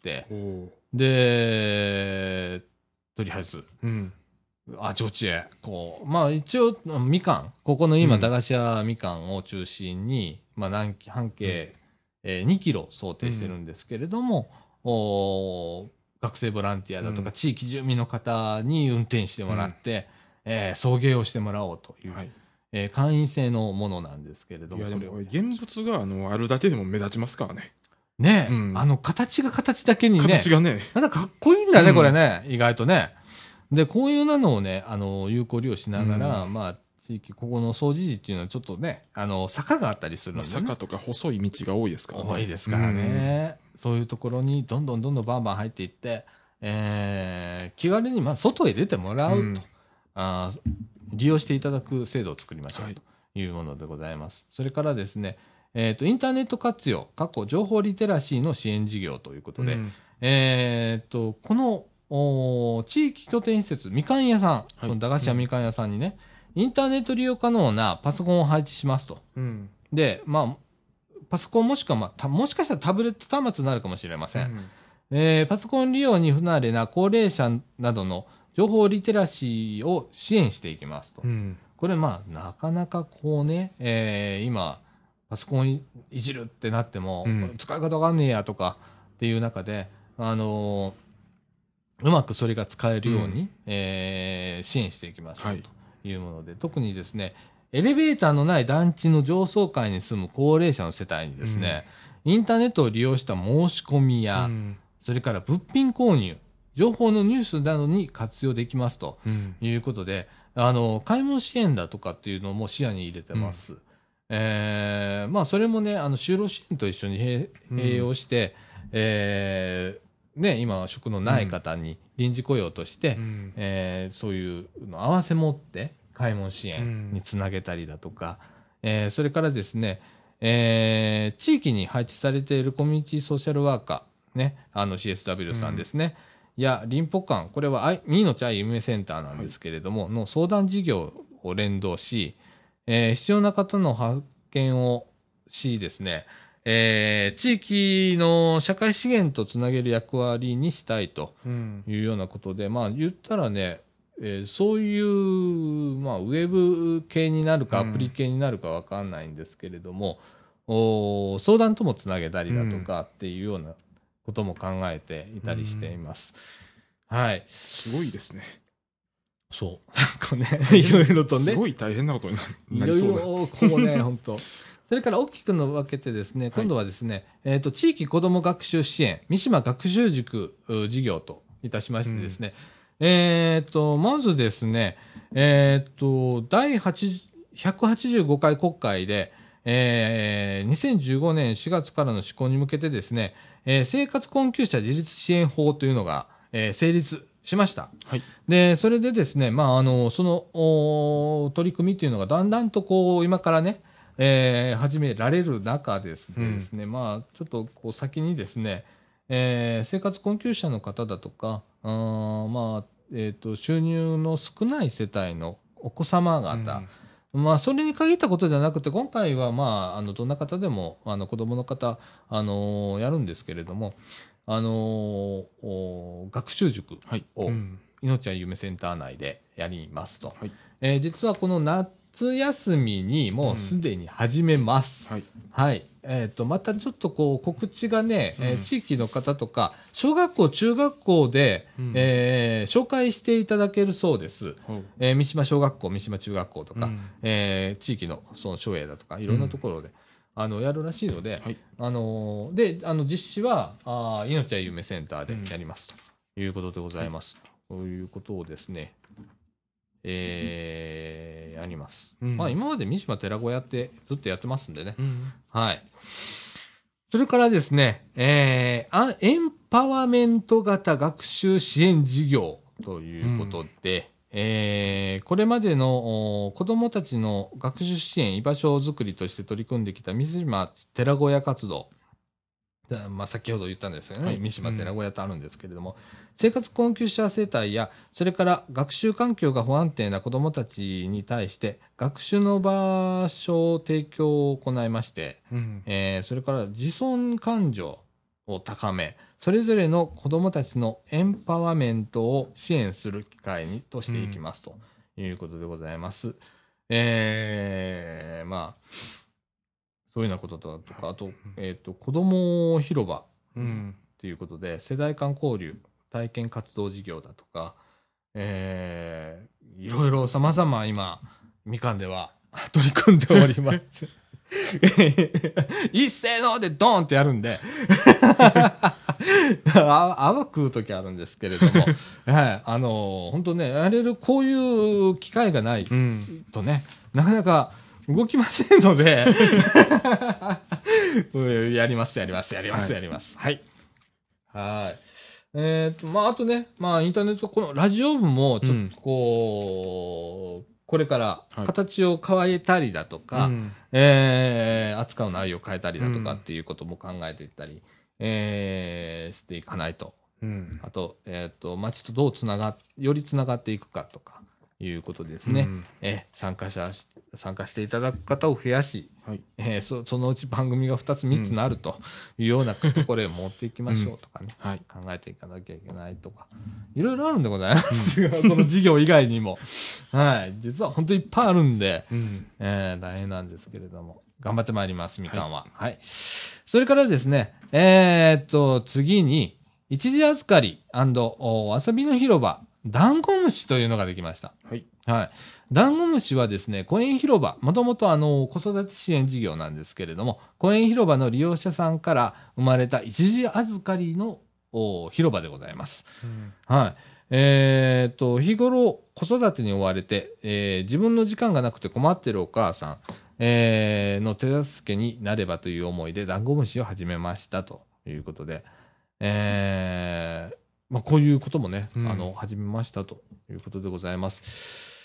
で、とりあえず、うん、あ、上智へ、こう、まあ一応、みかん、ここの今、駄菓子屋みかんを中心に、まあ何半径、うん、えー、にキロ想定してるんですけれども、うん、お学生ボランティアだとか、地域住民の方に運転してもらって、うん、えー、送迎をしてもらおうという、はい、えー、会員制のものなんですけれども。 いやでも、現物があのあるだけでも目立ちますからね。 ねえ、うん、あの、形が形だけにね。 形がね。 なんかかっこいいんだね、うん、これね、意外とね。で、こういうのをね、あの、有効利用しながら、うん、まあ、地域、ここの総除寺っていうのはちょっとね、あの、坂があったりするので、ね、 坂とか細い道が多いですからね。多いですからね。うん、そういうところにどんどんどんどんバンバン入っていって、えー、気軽に、まあ、外へ出てもらうと、うん、あ、利用していただく制度を作りましょうというものでございます。はい、それからですね、えっと、インターネット活用、過去情報リテラシーの支援事業ということで、うん、えっと、この、お地域拠点施設、みかん屋さん、はい、この駄菓子屋みかん屋さんにね、うん、インターネット利用可能なパソコンを配置しますと。うん、で、まあ、パソコンもしくは、まあ、もしかしたらタブレット端末になるかもしれません。うん、えー、パソコン利用に不慣れな高齢者などの情報リテラシーを支援していきますと。うん、これ、まあ、なかなかこうね、えー、今、パソコンいじるってなっても、うん、使い方わかんねえやとかっていう中で、あのー、うまくそれが使えるように、うん、えー、支援していきましょうというもので、はい、特にですね、エレベーターのない団地の上層階に住む高齢者の世帯にですね、うん、インターネットを利用した申し込みや、うん、それから物品購入、情報の入手などに活用できますということで、うん、あの、買い物支援だとかっていうのも視野に入れてます。うん、えー、まあ、それもね、あの、就労支援と一緒に併用して、うん、えー、ね、今、職のない方に臨時雇用として、うん、えー、そういうの合わせ持って、買い物支援につなげたりだとか、うん、えー、それからですね、えー、地域に配置されているコミュニティソーシャルワーカー、ね、あの シーエスダブリュー さんですね、うん、や、林保館、これはみのち愛夢センターなんですけれども、はい、の相談事業を連動し、えー、必要な方の発見をしですね、えー、地域の社会資源とつなげる役割にしたいというようなことで、うん、まあ言ったらね、えー、そういう、まあ、ウェブ系になるかアプリ系になるかわかんないんですけれども、うん、お相談ともつなげたりだとかっていうようなことも考えていたりしています。うん、はい。 すごいですね。 そう。なんかね、いろいろとね。 すごい大変なことになりそうだ。 いろいろこうね、本当。それから大きくの分けてですね、今度はですね、はい、えっと、地域子ども学習支援、三島学習塾事業といたしましてですね、うん、えっと、まずですね、えっと、第ひゃくはちじゅうごかい国会で、えー、にせんじゅうごねんしがつからの施行に向けてですね、えー、生活困窮者自立支援法というのが、えー、成立しました。はい。で、それでですね、まあ、あの、その、取り組みというのがだんだんとこう、今からね、えー、始められる中ですね、うん、ですね、まあ、ちょっとこう先にですね、えー、生活困窮者の方だとか、あまあ、えっと、収入の少ない世帯のお子様方、うん、まあ、それに限ったことではなくて、今回はまあ、あの、どんな方でも、あの、子供の方、あのー、やるんですけれども、あのー、学習塾を、いのちゃん夢センター内でやりますと。はい、えー、実はこの夏休みにもうすでに始めます。うん、はい。はい。えっと、またちょっとこう告知がね、うん、えー、地域の方とか、小学校、中学校で、うん、えー、紹介していただけるそうです。うん、えー、三島小学校、三島中学校とか、うん、えー、地域のその省営だとか、いろんなところで、うん、あの、やるらしいので、はい、あのー、で、あの、実施は、あいのちゃん夢センターでやりますということでございます。うん、はい、ということをですね、えー、やります。うん、まあ今まで三島寺子屋ってずっとやってますんでね。うん、はい。それからですね、えー、エンパワメント型学習支援事業ということで、うん、えー、これまでの子供たちの学習支援居場所づくりとして取り組んできた三島寺子屋活動。 まあ、先ほど言ったんですけどね、 はい、 三島寺小屋とあるんですけれども、うん、生活困窮者世帯や、それから学習環境が不安定な子どもたちに対して、学習の場所を提供を行いまして、うん、えー、それから自尊感情を高め、それぞれの子どもたちのエンパワメントを支援する機会にとしていきます、ということでございます。うん、えー、まあ、そういうようなこととか、あと、えっと、子ども広場ということで、うん、世代間交流、体験活動事業だとか、えー、いろいろ様々今、みかんでは取り組んでおります。一斉のでドーンってやるんで、あ泡食うときあるんですけれども、はい、あの、本当ね、やれる、こういう機会がないとね、うん、なかなか、動きませんのでやりますやりますやりますやりますはいはいえっとまああとねまあインターネットこのラジオ部もちょっとこう、うん、これから形を変えたりだとか、はい、えー、扱う内容を変えたりだとかっていうことも考えていったり、うん、えー、していかないと、うん、あとえっと町とどうつながよりつながっていくかとかいうことですね、うん、え参加者参加していただく方を増やし、はいえー、そ, そのうち番組がふたつみっつなるというようなところへ持っていきましょうとかね、うんはい、考えていかなきゃいけないとかいろいろあるんでございますが、うん、この事業以外にも、はい、実は本当にいっぱいあるんで、うんえー、大変なんですけれども頑張ってまいりますみかんは、はいはい、それからですねえー、っと次に一時預かり&遊びの広場ダンゴムシというのができました。はい。はい。ダンゴムシはですね、公園広場、もともとあの、子育て支援事業なんですけれども、公園広場の利用者さんから生まれた一時預かりの広場でございます。うん、はい。えー、っと、日頃子育てに追われて、えー、自分の時間がなくて困っているお母さん、えー、の手助けになればという思いでダンゴムシを始めましたということで、えー、まあ、こういうこともね、うん、あの、始めましたということでございます。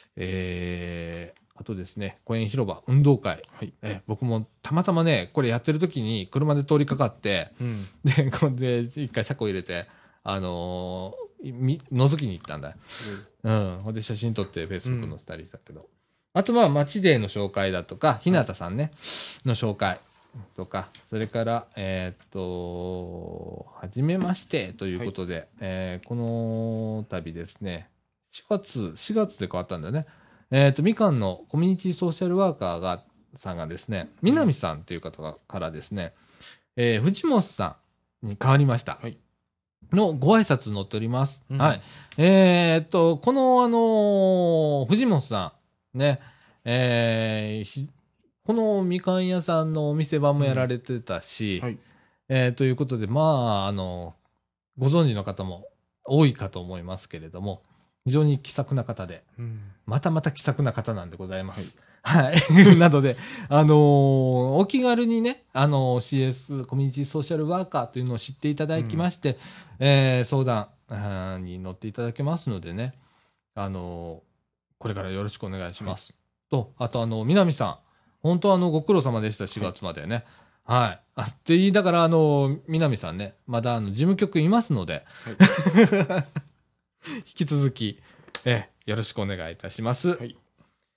えー、あとですね、公園広場運動会。はい、え僕もたまたまね、これやってる時に車で通りかかって、うん、で、これで一回車庫入れて、あのー、み、覗きに行ったんだ。うん。うん。ほんで写真撮ってフェイスブック載せたりしたけど。うん、あとは街デーの紹介だとか、ひなたさんね、の紹介。とか、それから、えー、っと、はじめましてということで、はいえー、この度ですね、しがつ、しがつで変わったんだよね。えー、っと、みかんのコミュニティソーシャルワーカーが、さんがですね、南さんという方からですね、えー、藤本さんに変わりました。はい、のご挨拶載っております。うん、はい。えー、っと、この、あのー、藤本さん、ね、えー、このみかん屋さんのお店番もやられてたし、うんはいえー、ということで、まあ、あの、ご存知の方も多いかと思いますけれども、非常に気さくな方で、うん、またまた気さくな方なんでございます。はい。はい、なので、あのー、お気軽にね、あのー、シーエス、コミュニティソーシャルワーカーというのを知っていただきまして、うんえー、相談に乗っていただけますのでね、あのー、これからよろしくお願いします。はい、と、あと、あの、南さん、本当あの、ご苦労様でした、しがつまでね。はい。はい、あ、って言いながら、あの、南さんね、まだあの、事務局いますので、はい、引き続き、え、よろしくお願いいたします。はい。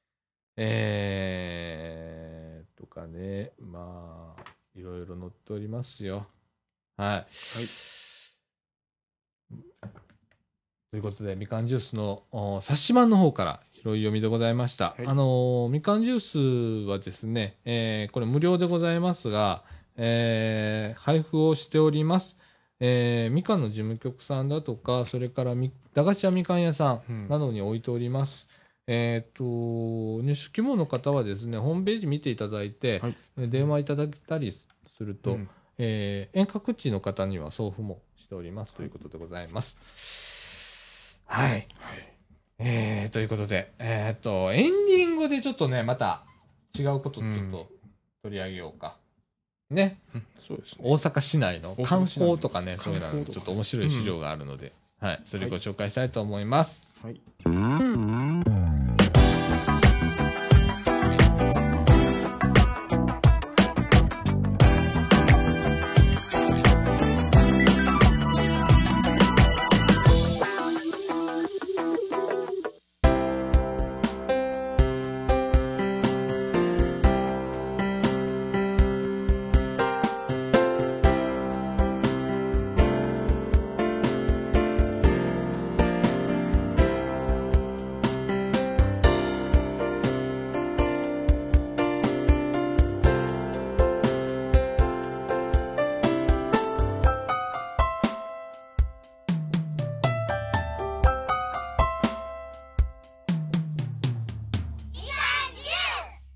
えー、とかね、まあ、いろいろ載っておりますよ。はい。はい。ということで、みかんジュースの冊子版の方から、広い読みでございました。はい、あの、みかんジュースはですね、えー、これ無料でございますが、えー、配布をしております。えー、みかんの事務局さんだとか、それからみ駄菓子屋みかん屋さんなどに置いております。うん、えっ、ー、と、入手希望の方はですね、ホームページ見ていただいて、はい、電話いただけたりすると、うんえー、遠隔地の方には送付もしておりますということでございます。はい。はいえー、ということで、えっ、ー、と、エンディングでちょっとね、また違うことちょっと取り上げようか。うん、ね、うん。そうですね。大阪市内の観光とかね、そういうのちょっと面白い資料があるので、うん、はい。それご紹介したいと思います。はい。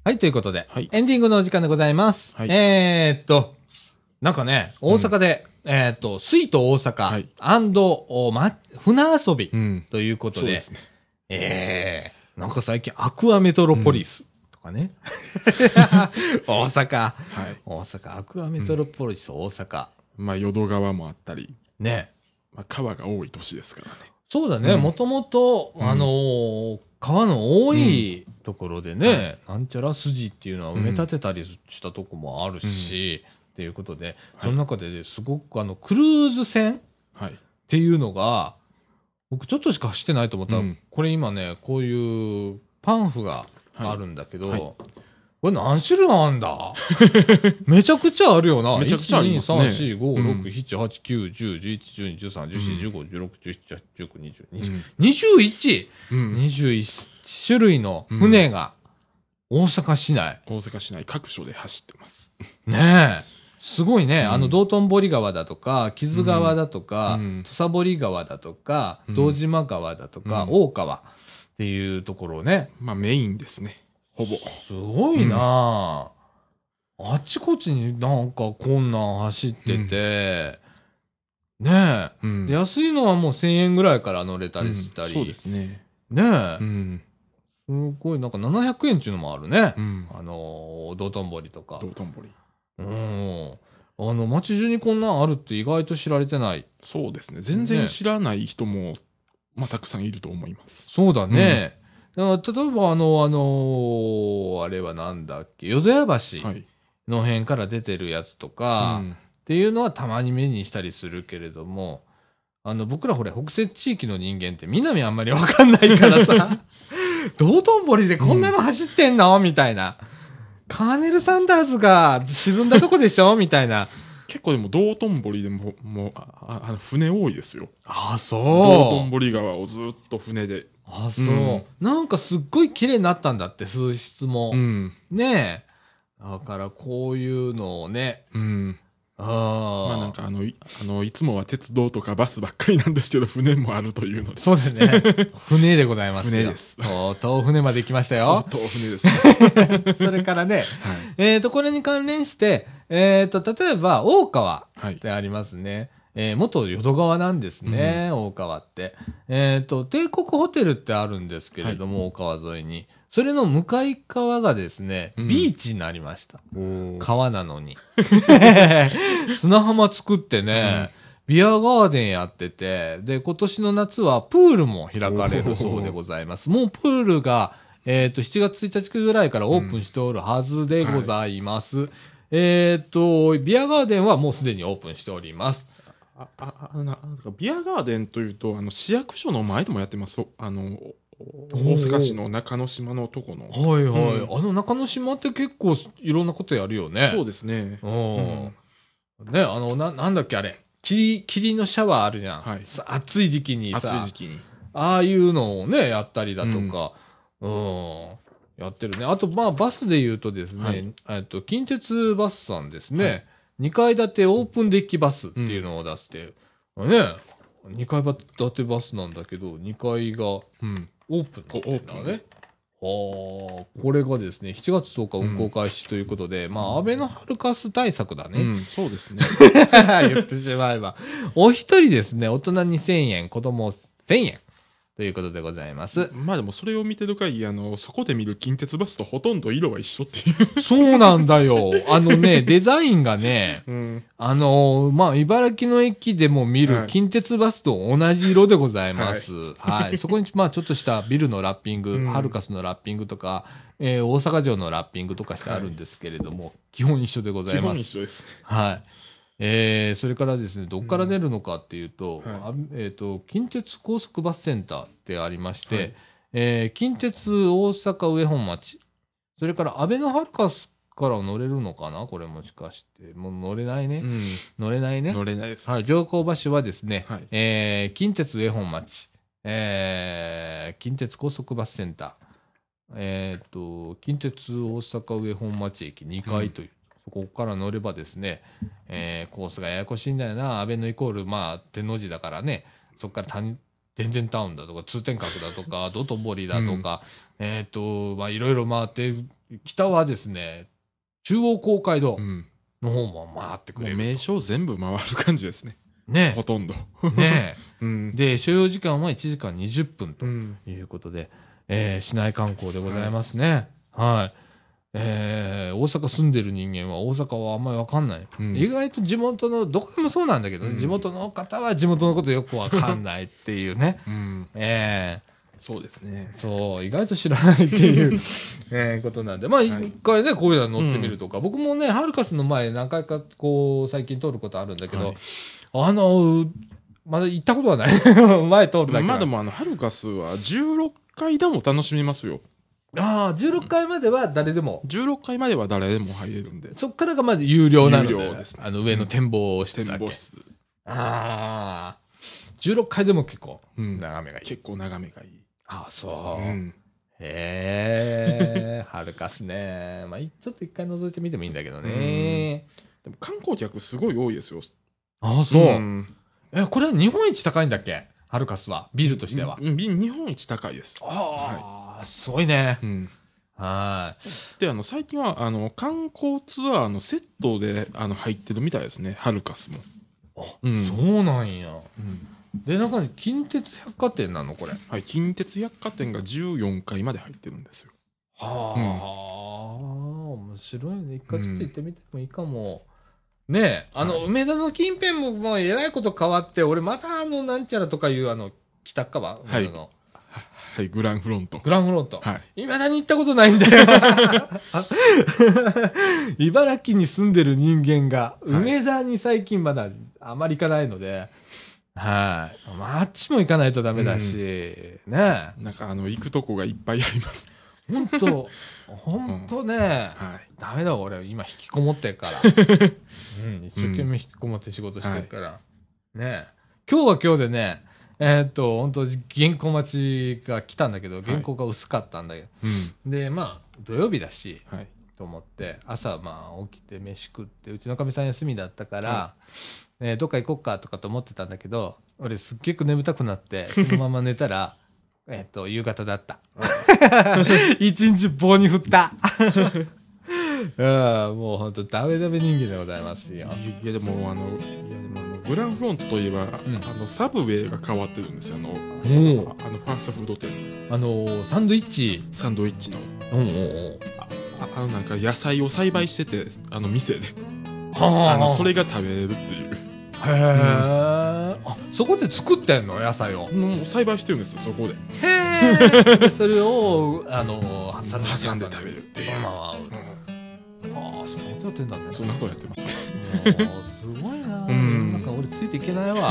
はい、ということで、 はいエンディングのお時間でございます。 はいえーっと、なんかね、大阪で、うん、えーっと、スイート大阪、はい、アンド、ま、船遊び、うん、ということで、そうですね。えー、なんか最近、アクアメトロポリスとかね。うん、大阪、はい。大阪、アクアメトロポリス、大阪。 まあ、淀川もあったり。 ね。 まあ、川が多い都市ですからね。 そうだね、もともと、あのー、川の多いところでね、うん、なんちゃら筋っていうのは埋め立てたりしたとこもあるし、うん、っていうことで、その中で、ね、すごくあの、クルーズ船っていうのが、僕ちょっとしか走ってないと思ったら、うん、これ今ね、こういうパンフがあるんだけど、はいはい、これ何種類あんだめちゃくちゃあるよな。 めちゃくちゃありますね。いち、に、さん、し、ご、ろく、なな、はち、きゅう、じゅう、じゅういち、じゅうに、じゅうさん、じゅうよん、じゅうご、じゅうろく、じゅうなな、じゅうはち、じゅうきゅう、にじゅう、にじゅう、にじゅういち、うん、にじゅういち種類の船が大阪市内。 大阪市内各所で走ってます。 ねえ。すごいね。うん、あの、道頓堀川だとか、木津川だとか、土佐堀川だとか、うん、道島川だとか、うん、大川っていうところをね。 まあメインですね。ほぼ。 すごいなぁ、うん、あっちこっちになんかこんなん走ってて、うん、ねえ、うん、安いのはもうせんえんぐらいから乗れたりしたり。うん、 そうですね。 ねえ。うん、すごいなんかななひゃくえんっていうのもあるね。うん、あの、道頓堀とか。 道頓堀。 うん。あの、街中にこんなんあるって意外と知られてない。 そうですね。全然知らない人も、ね、まあ、たくさんいると思います。 そうだね。うん、だから例えばあの、あのー、あれはなんだっけ、淀屋橋の辺から出てるやつとか、はい、っていうのはたまに目にしたりするけれども、あの、僕らほれ、北西地域の人間って南あんまりわかんないからさ、道頓堀でこんなの走ってんの、うん、みたいな。カーネル・サンダースが沈んだとこでしょみたいな。 結構でも道頓堀でも、もう、ああの船多いですよ。 ああ、そう。 道頓堀川をずっと船で。 ああ、そう、うん。なんかすっごい綺麗になったんだって、水質も。うん、ねえ。だからこういうのをね。うん。 ああ。まあなんかあのい、あの、いつもは鉄道とかバスばっかりなんですけど、船もあるというので。 そうだね。船でございますよ。 船です。 とうとう船まで行きましたよ。 とうとう船ですね。 それからね、はい、えっと、これに関連して、えっと、例えば、大川ってありますね。はい、えー、元淀川なんですね、うん、大川って。えっと、帝国ホテルってあるんですけれども、はい、大川沿いに。それの向かい側がですね、うん、ビーチになりました。川なのに。砂浜作ってね、うん、ビアガーデンやってて、で、今年の夏はプールも開かれるそうでございます。もうプールが、えっと、しちがつついたちぐらいからオープンしておるはずでございます。うんはい、えっと、ビアガーデンはもうすでにオープンしております。 あ、あ、あなビアガーデンというと、あの、市役所の前でもやってます。あの、大阪市の中之島のとこの。 はいはい。うん、あの中之島って結構いろんなことやるよね。 そうですね。 うん。ね、あの、な、なんだっけあれ。霧、霧のシャワーあるじゃん。はい。暑い時期にさ。 暑い時期に。 ああいうのをね、やったりだとか。うん。うんやってるね。あと、まあ、バスで言うとですね、はい、えっと、近鉄バスさんですね。はい、にかい建てオープンデッキバスっていうのを出して、うん、ね、にかい建てバスなんだけど、にかいが、うん、オープンなんだね。はあ、これがですね、しちがつとおか運行開始ということで、うん、まあ、安倍のハルカス対策だね。 うん、そうですね。 言ってしまえば。お一人ですね、大人にせんえん、子供せんえん。ということでございます。 まあでもそれを見てる限り、あの、そこで見る近鉄バスとほとんど色は一緒っていう。 そうなんだよ。あのね、デザインがね、うん、あの、まあ、茨城の駅でも見る近鉄バスと同じ色でございます。はい。はい、そこに、まあ、ちょっとしたビルのラッピング、うん、ハルカスのラッピングとか、えー、大阪城のラッピングとかしてあるんですけれども、はい、基本一緒でございます。基本一緒です。 はい。えー、それからですね、どっから出るのかっていうと、うんはい、えっ、ー、と、近鉄高速バスセンターってありまして、はい、えー、近鉄大阪上本町、それから安倍のハルカスから乗れるのかなこれもしかして。もう乗れないね。うん、乗れないね。 乗れないです。 はい、乗降場所はですね、はい、えー、近鉄上本町、えー、近鉄高速バスセンター、えっ、ー、と、近鉄大阪上本町駅にかいという、うんそこから乗ればですね、えー、コースがややこしいんだよな。安倍のイコール、まあ、天王寺だからね。そこから谷、 電電タウンだとか、通天閣だとか、道頓堀だとか、うん、えっ、ー、と、まあ、いろいろ回って、北はですね、中央公会堂の方も回ってくれる、 うん。もう名所全部回る感じですね。 ねほとんど。 ねうん、 で、所要時間はいちじかんにじゅっぷんということで、うん、えー、市内観光でございますね。はい。はい、えー、大阪住んでる人間は大阪はあんまりわかんない、うん。意外と地元の、どこでもそうなんだけどね、うん、地元の方は地元のことよくわかんないっていうね。うん、えーそうですね。 そう、意外と知らないっていう、えー、ことなんで。まあ、一回ね、こういうの乗ってみるとか、うん、僕もね、ハルカスの前何回かこう、最近通ることあるんだけど、はい、あの、まだ行ったことはない。前通るだけ。 まあでもあの、ハルカスはじゅうろっかいでも楽しみますよ。 ああ、じゅうろっかいまでは誰でも。 じゅうろっかいまでは誰でも入れるんで。 そっからがまず有料なので。 有料ですね。 あの、上の展望室だけ、 展望室。 ああ。じゅうろっかいでも結構、眺めがいい。 結構眺めがいい。 ああ、そう。うん、 へえ、ハルカスね。まあ、ちょっと一回覗いてみてもいいんだけどね。 でも観光客すごい多いですよ。 ああ、そう。うん、え、これは日本一高いんだっけハルカスは。ビルとしては。 うん、日本一高いです。 ああ、はい、すごいね。うん、はい。 で、あの、最近は、あの、観光ツアーのセットで、あの、入ってるみたいですね。ハルカスも。 あ、うん、そうなんや。うんで、中に近鉄百貨店なのこれ。 はい、近鉄百貨店がじゅうよんかいまで入ってるんですよ。 はあ、うん、面白いね。一回ちょっと行ってみてもいいかも。うん、ねえ、あの、はい、梅田の近辺ももうえらいこと変わって、俺またあの、なんちゃらとかいうあの、北川はい。 のはい、グランフロント。 グランフロント。 はい。 未だに行ったことないんだよ。茨城に住んでる人間が、梅田に最近まだあまり行かないので、はい、まあ。あっちも行かないとダメだし、うん、ねえ。 なんかあの、行くとこがいっぱいあります。 ほんと、ほんとね、うん、はい、ダメだ、俺、今引きこもってるから。うん、一生懸命引きこもって仕事してるから。うん、ねえ。今日は今日でね、えー、っと、本当原稿待ちが来たんだけど、原稿が薄かったんだけど。はい、で、まあ、土曜日だし、はい、と思って、朝、まあ、起きて飯食って、うちのかみさん休みだったから、はいえー、どっか行こっかとかと思ってたんだけど、俺すっげく眠たくなって、そのまま寝たら、えっと、夕方だった。一日棒に振った。うん、もう本当ダメダメ人間でございますよ。 いやでもあの、いやでもあのグランフロントといえば、うん、あのサブウェイが変わってるんですよ。あの、あのファーストフード店。 あのサンドイッチ。 サンドイッチの。 うんうんうん。 あ、あのなんか野菜を栽培してて、あの店で。はあのそれが食べれるっていう。 へえ、うん、あ、そこで作ってんの野菜を。 もう栽培してるんですよそこで。 へえ。それをあの挟んで食べるっていう。 ああ、そんなことやってんだね。 そんなことやってますね。もうすごいな。うん、なんか俺ついていけないわ。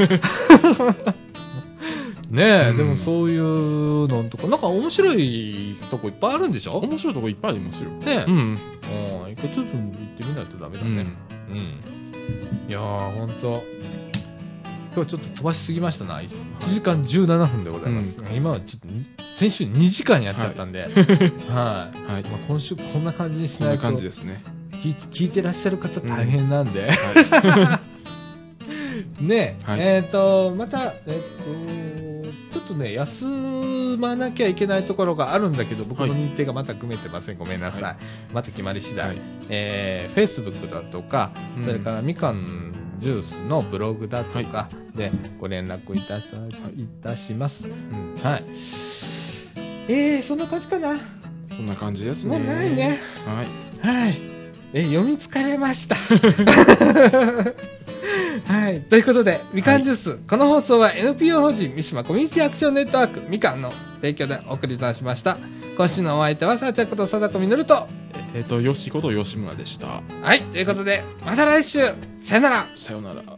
ねえ、うん、でもそういうのとかなんか面白いとこいっぱいあるんでしょ。 面白いとこいっぱいありますよ。 ねえ、うん、ああ、一回ちょっと行ってみないとダメだね。うん、うん、いやーほんと今日ちょっと飛ばしすぎましたな。いちじかんじゅうななふんでございます、うん、今はちょっと先週にじかんやっちゃったんで、はいはい、はいまあ、今週こんな感じにしないと。 こんな感じですね。 聞い、聞いてらっしゃる方大変なんで、うんはい、ねえ、はい、えっ、ー、とまたえっ、ー、とちょっとね休まなきゃいけないところがあるんだけど僕の日程がまた組めてません、ごめんなさい、はい、また決まり次第、はいえー、Facebook だとか、うん、それからみかんジュースのブログだとかでご連絡いたし、いたします、うん、はいえー、そんな感じかな。 そんな感じですね。 もうないね。 はい。 はい。え、読み疲れました。はい。ということで、みかんジュース。はい、この放送は エヌピーオー 法人三島コミュニティアクションネットワークみかんの提供でお送りいたしました。今週のお相手はさあちゃんこと貞子みのると、 えっ、ー、と、よしこと吉村でした。 はい。ということで、また来週。さよなら。 さよなら。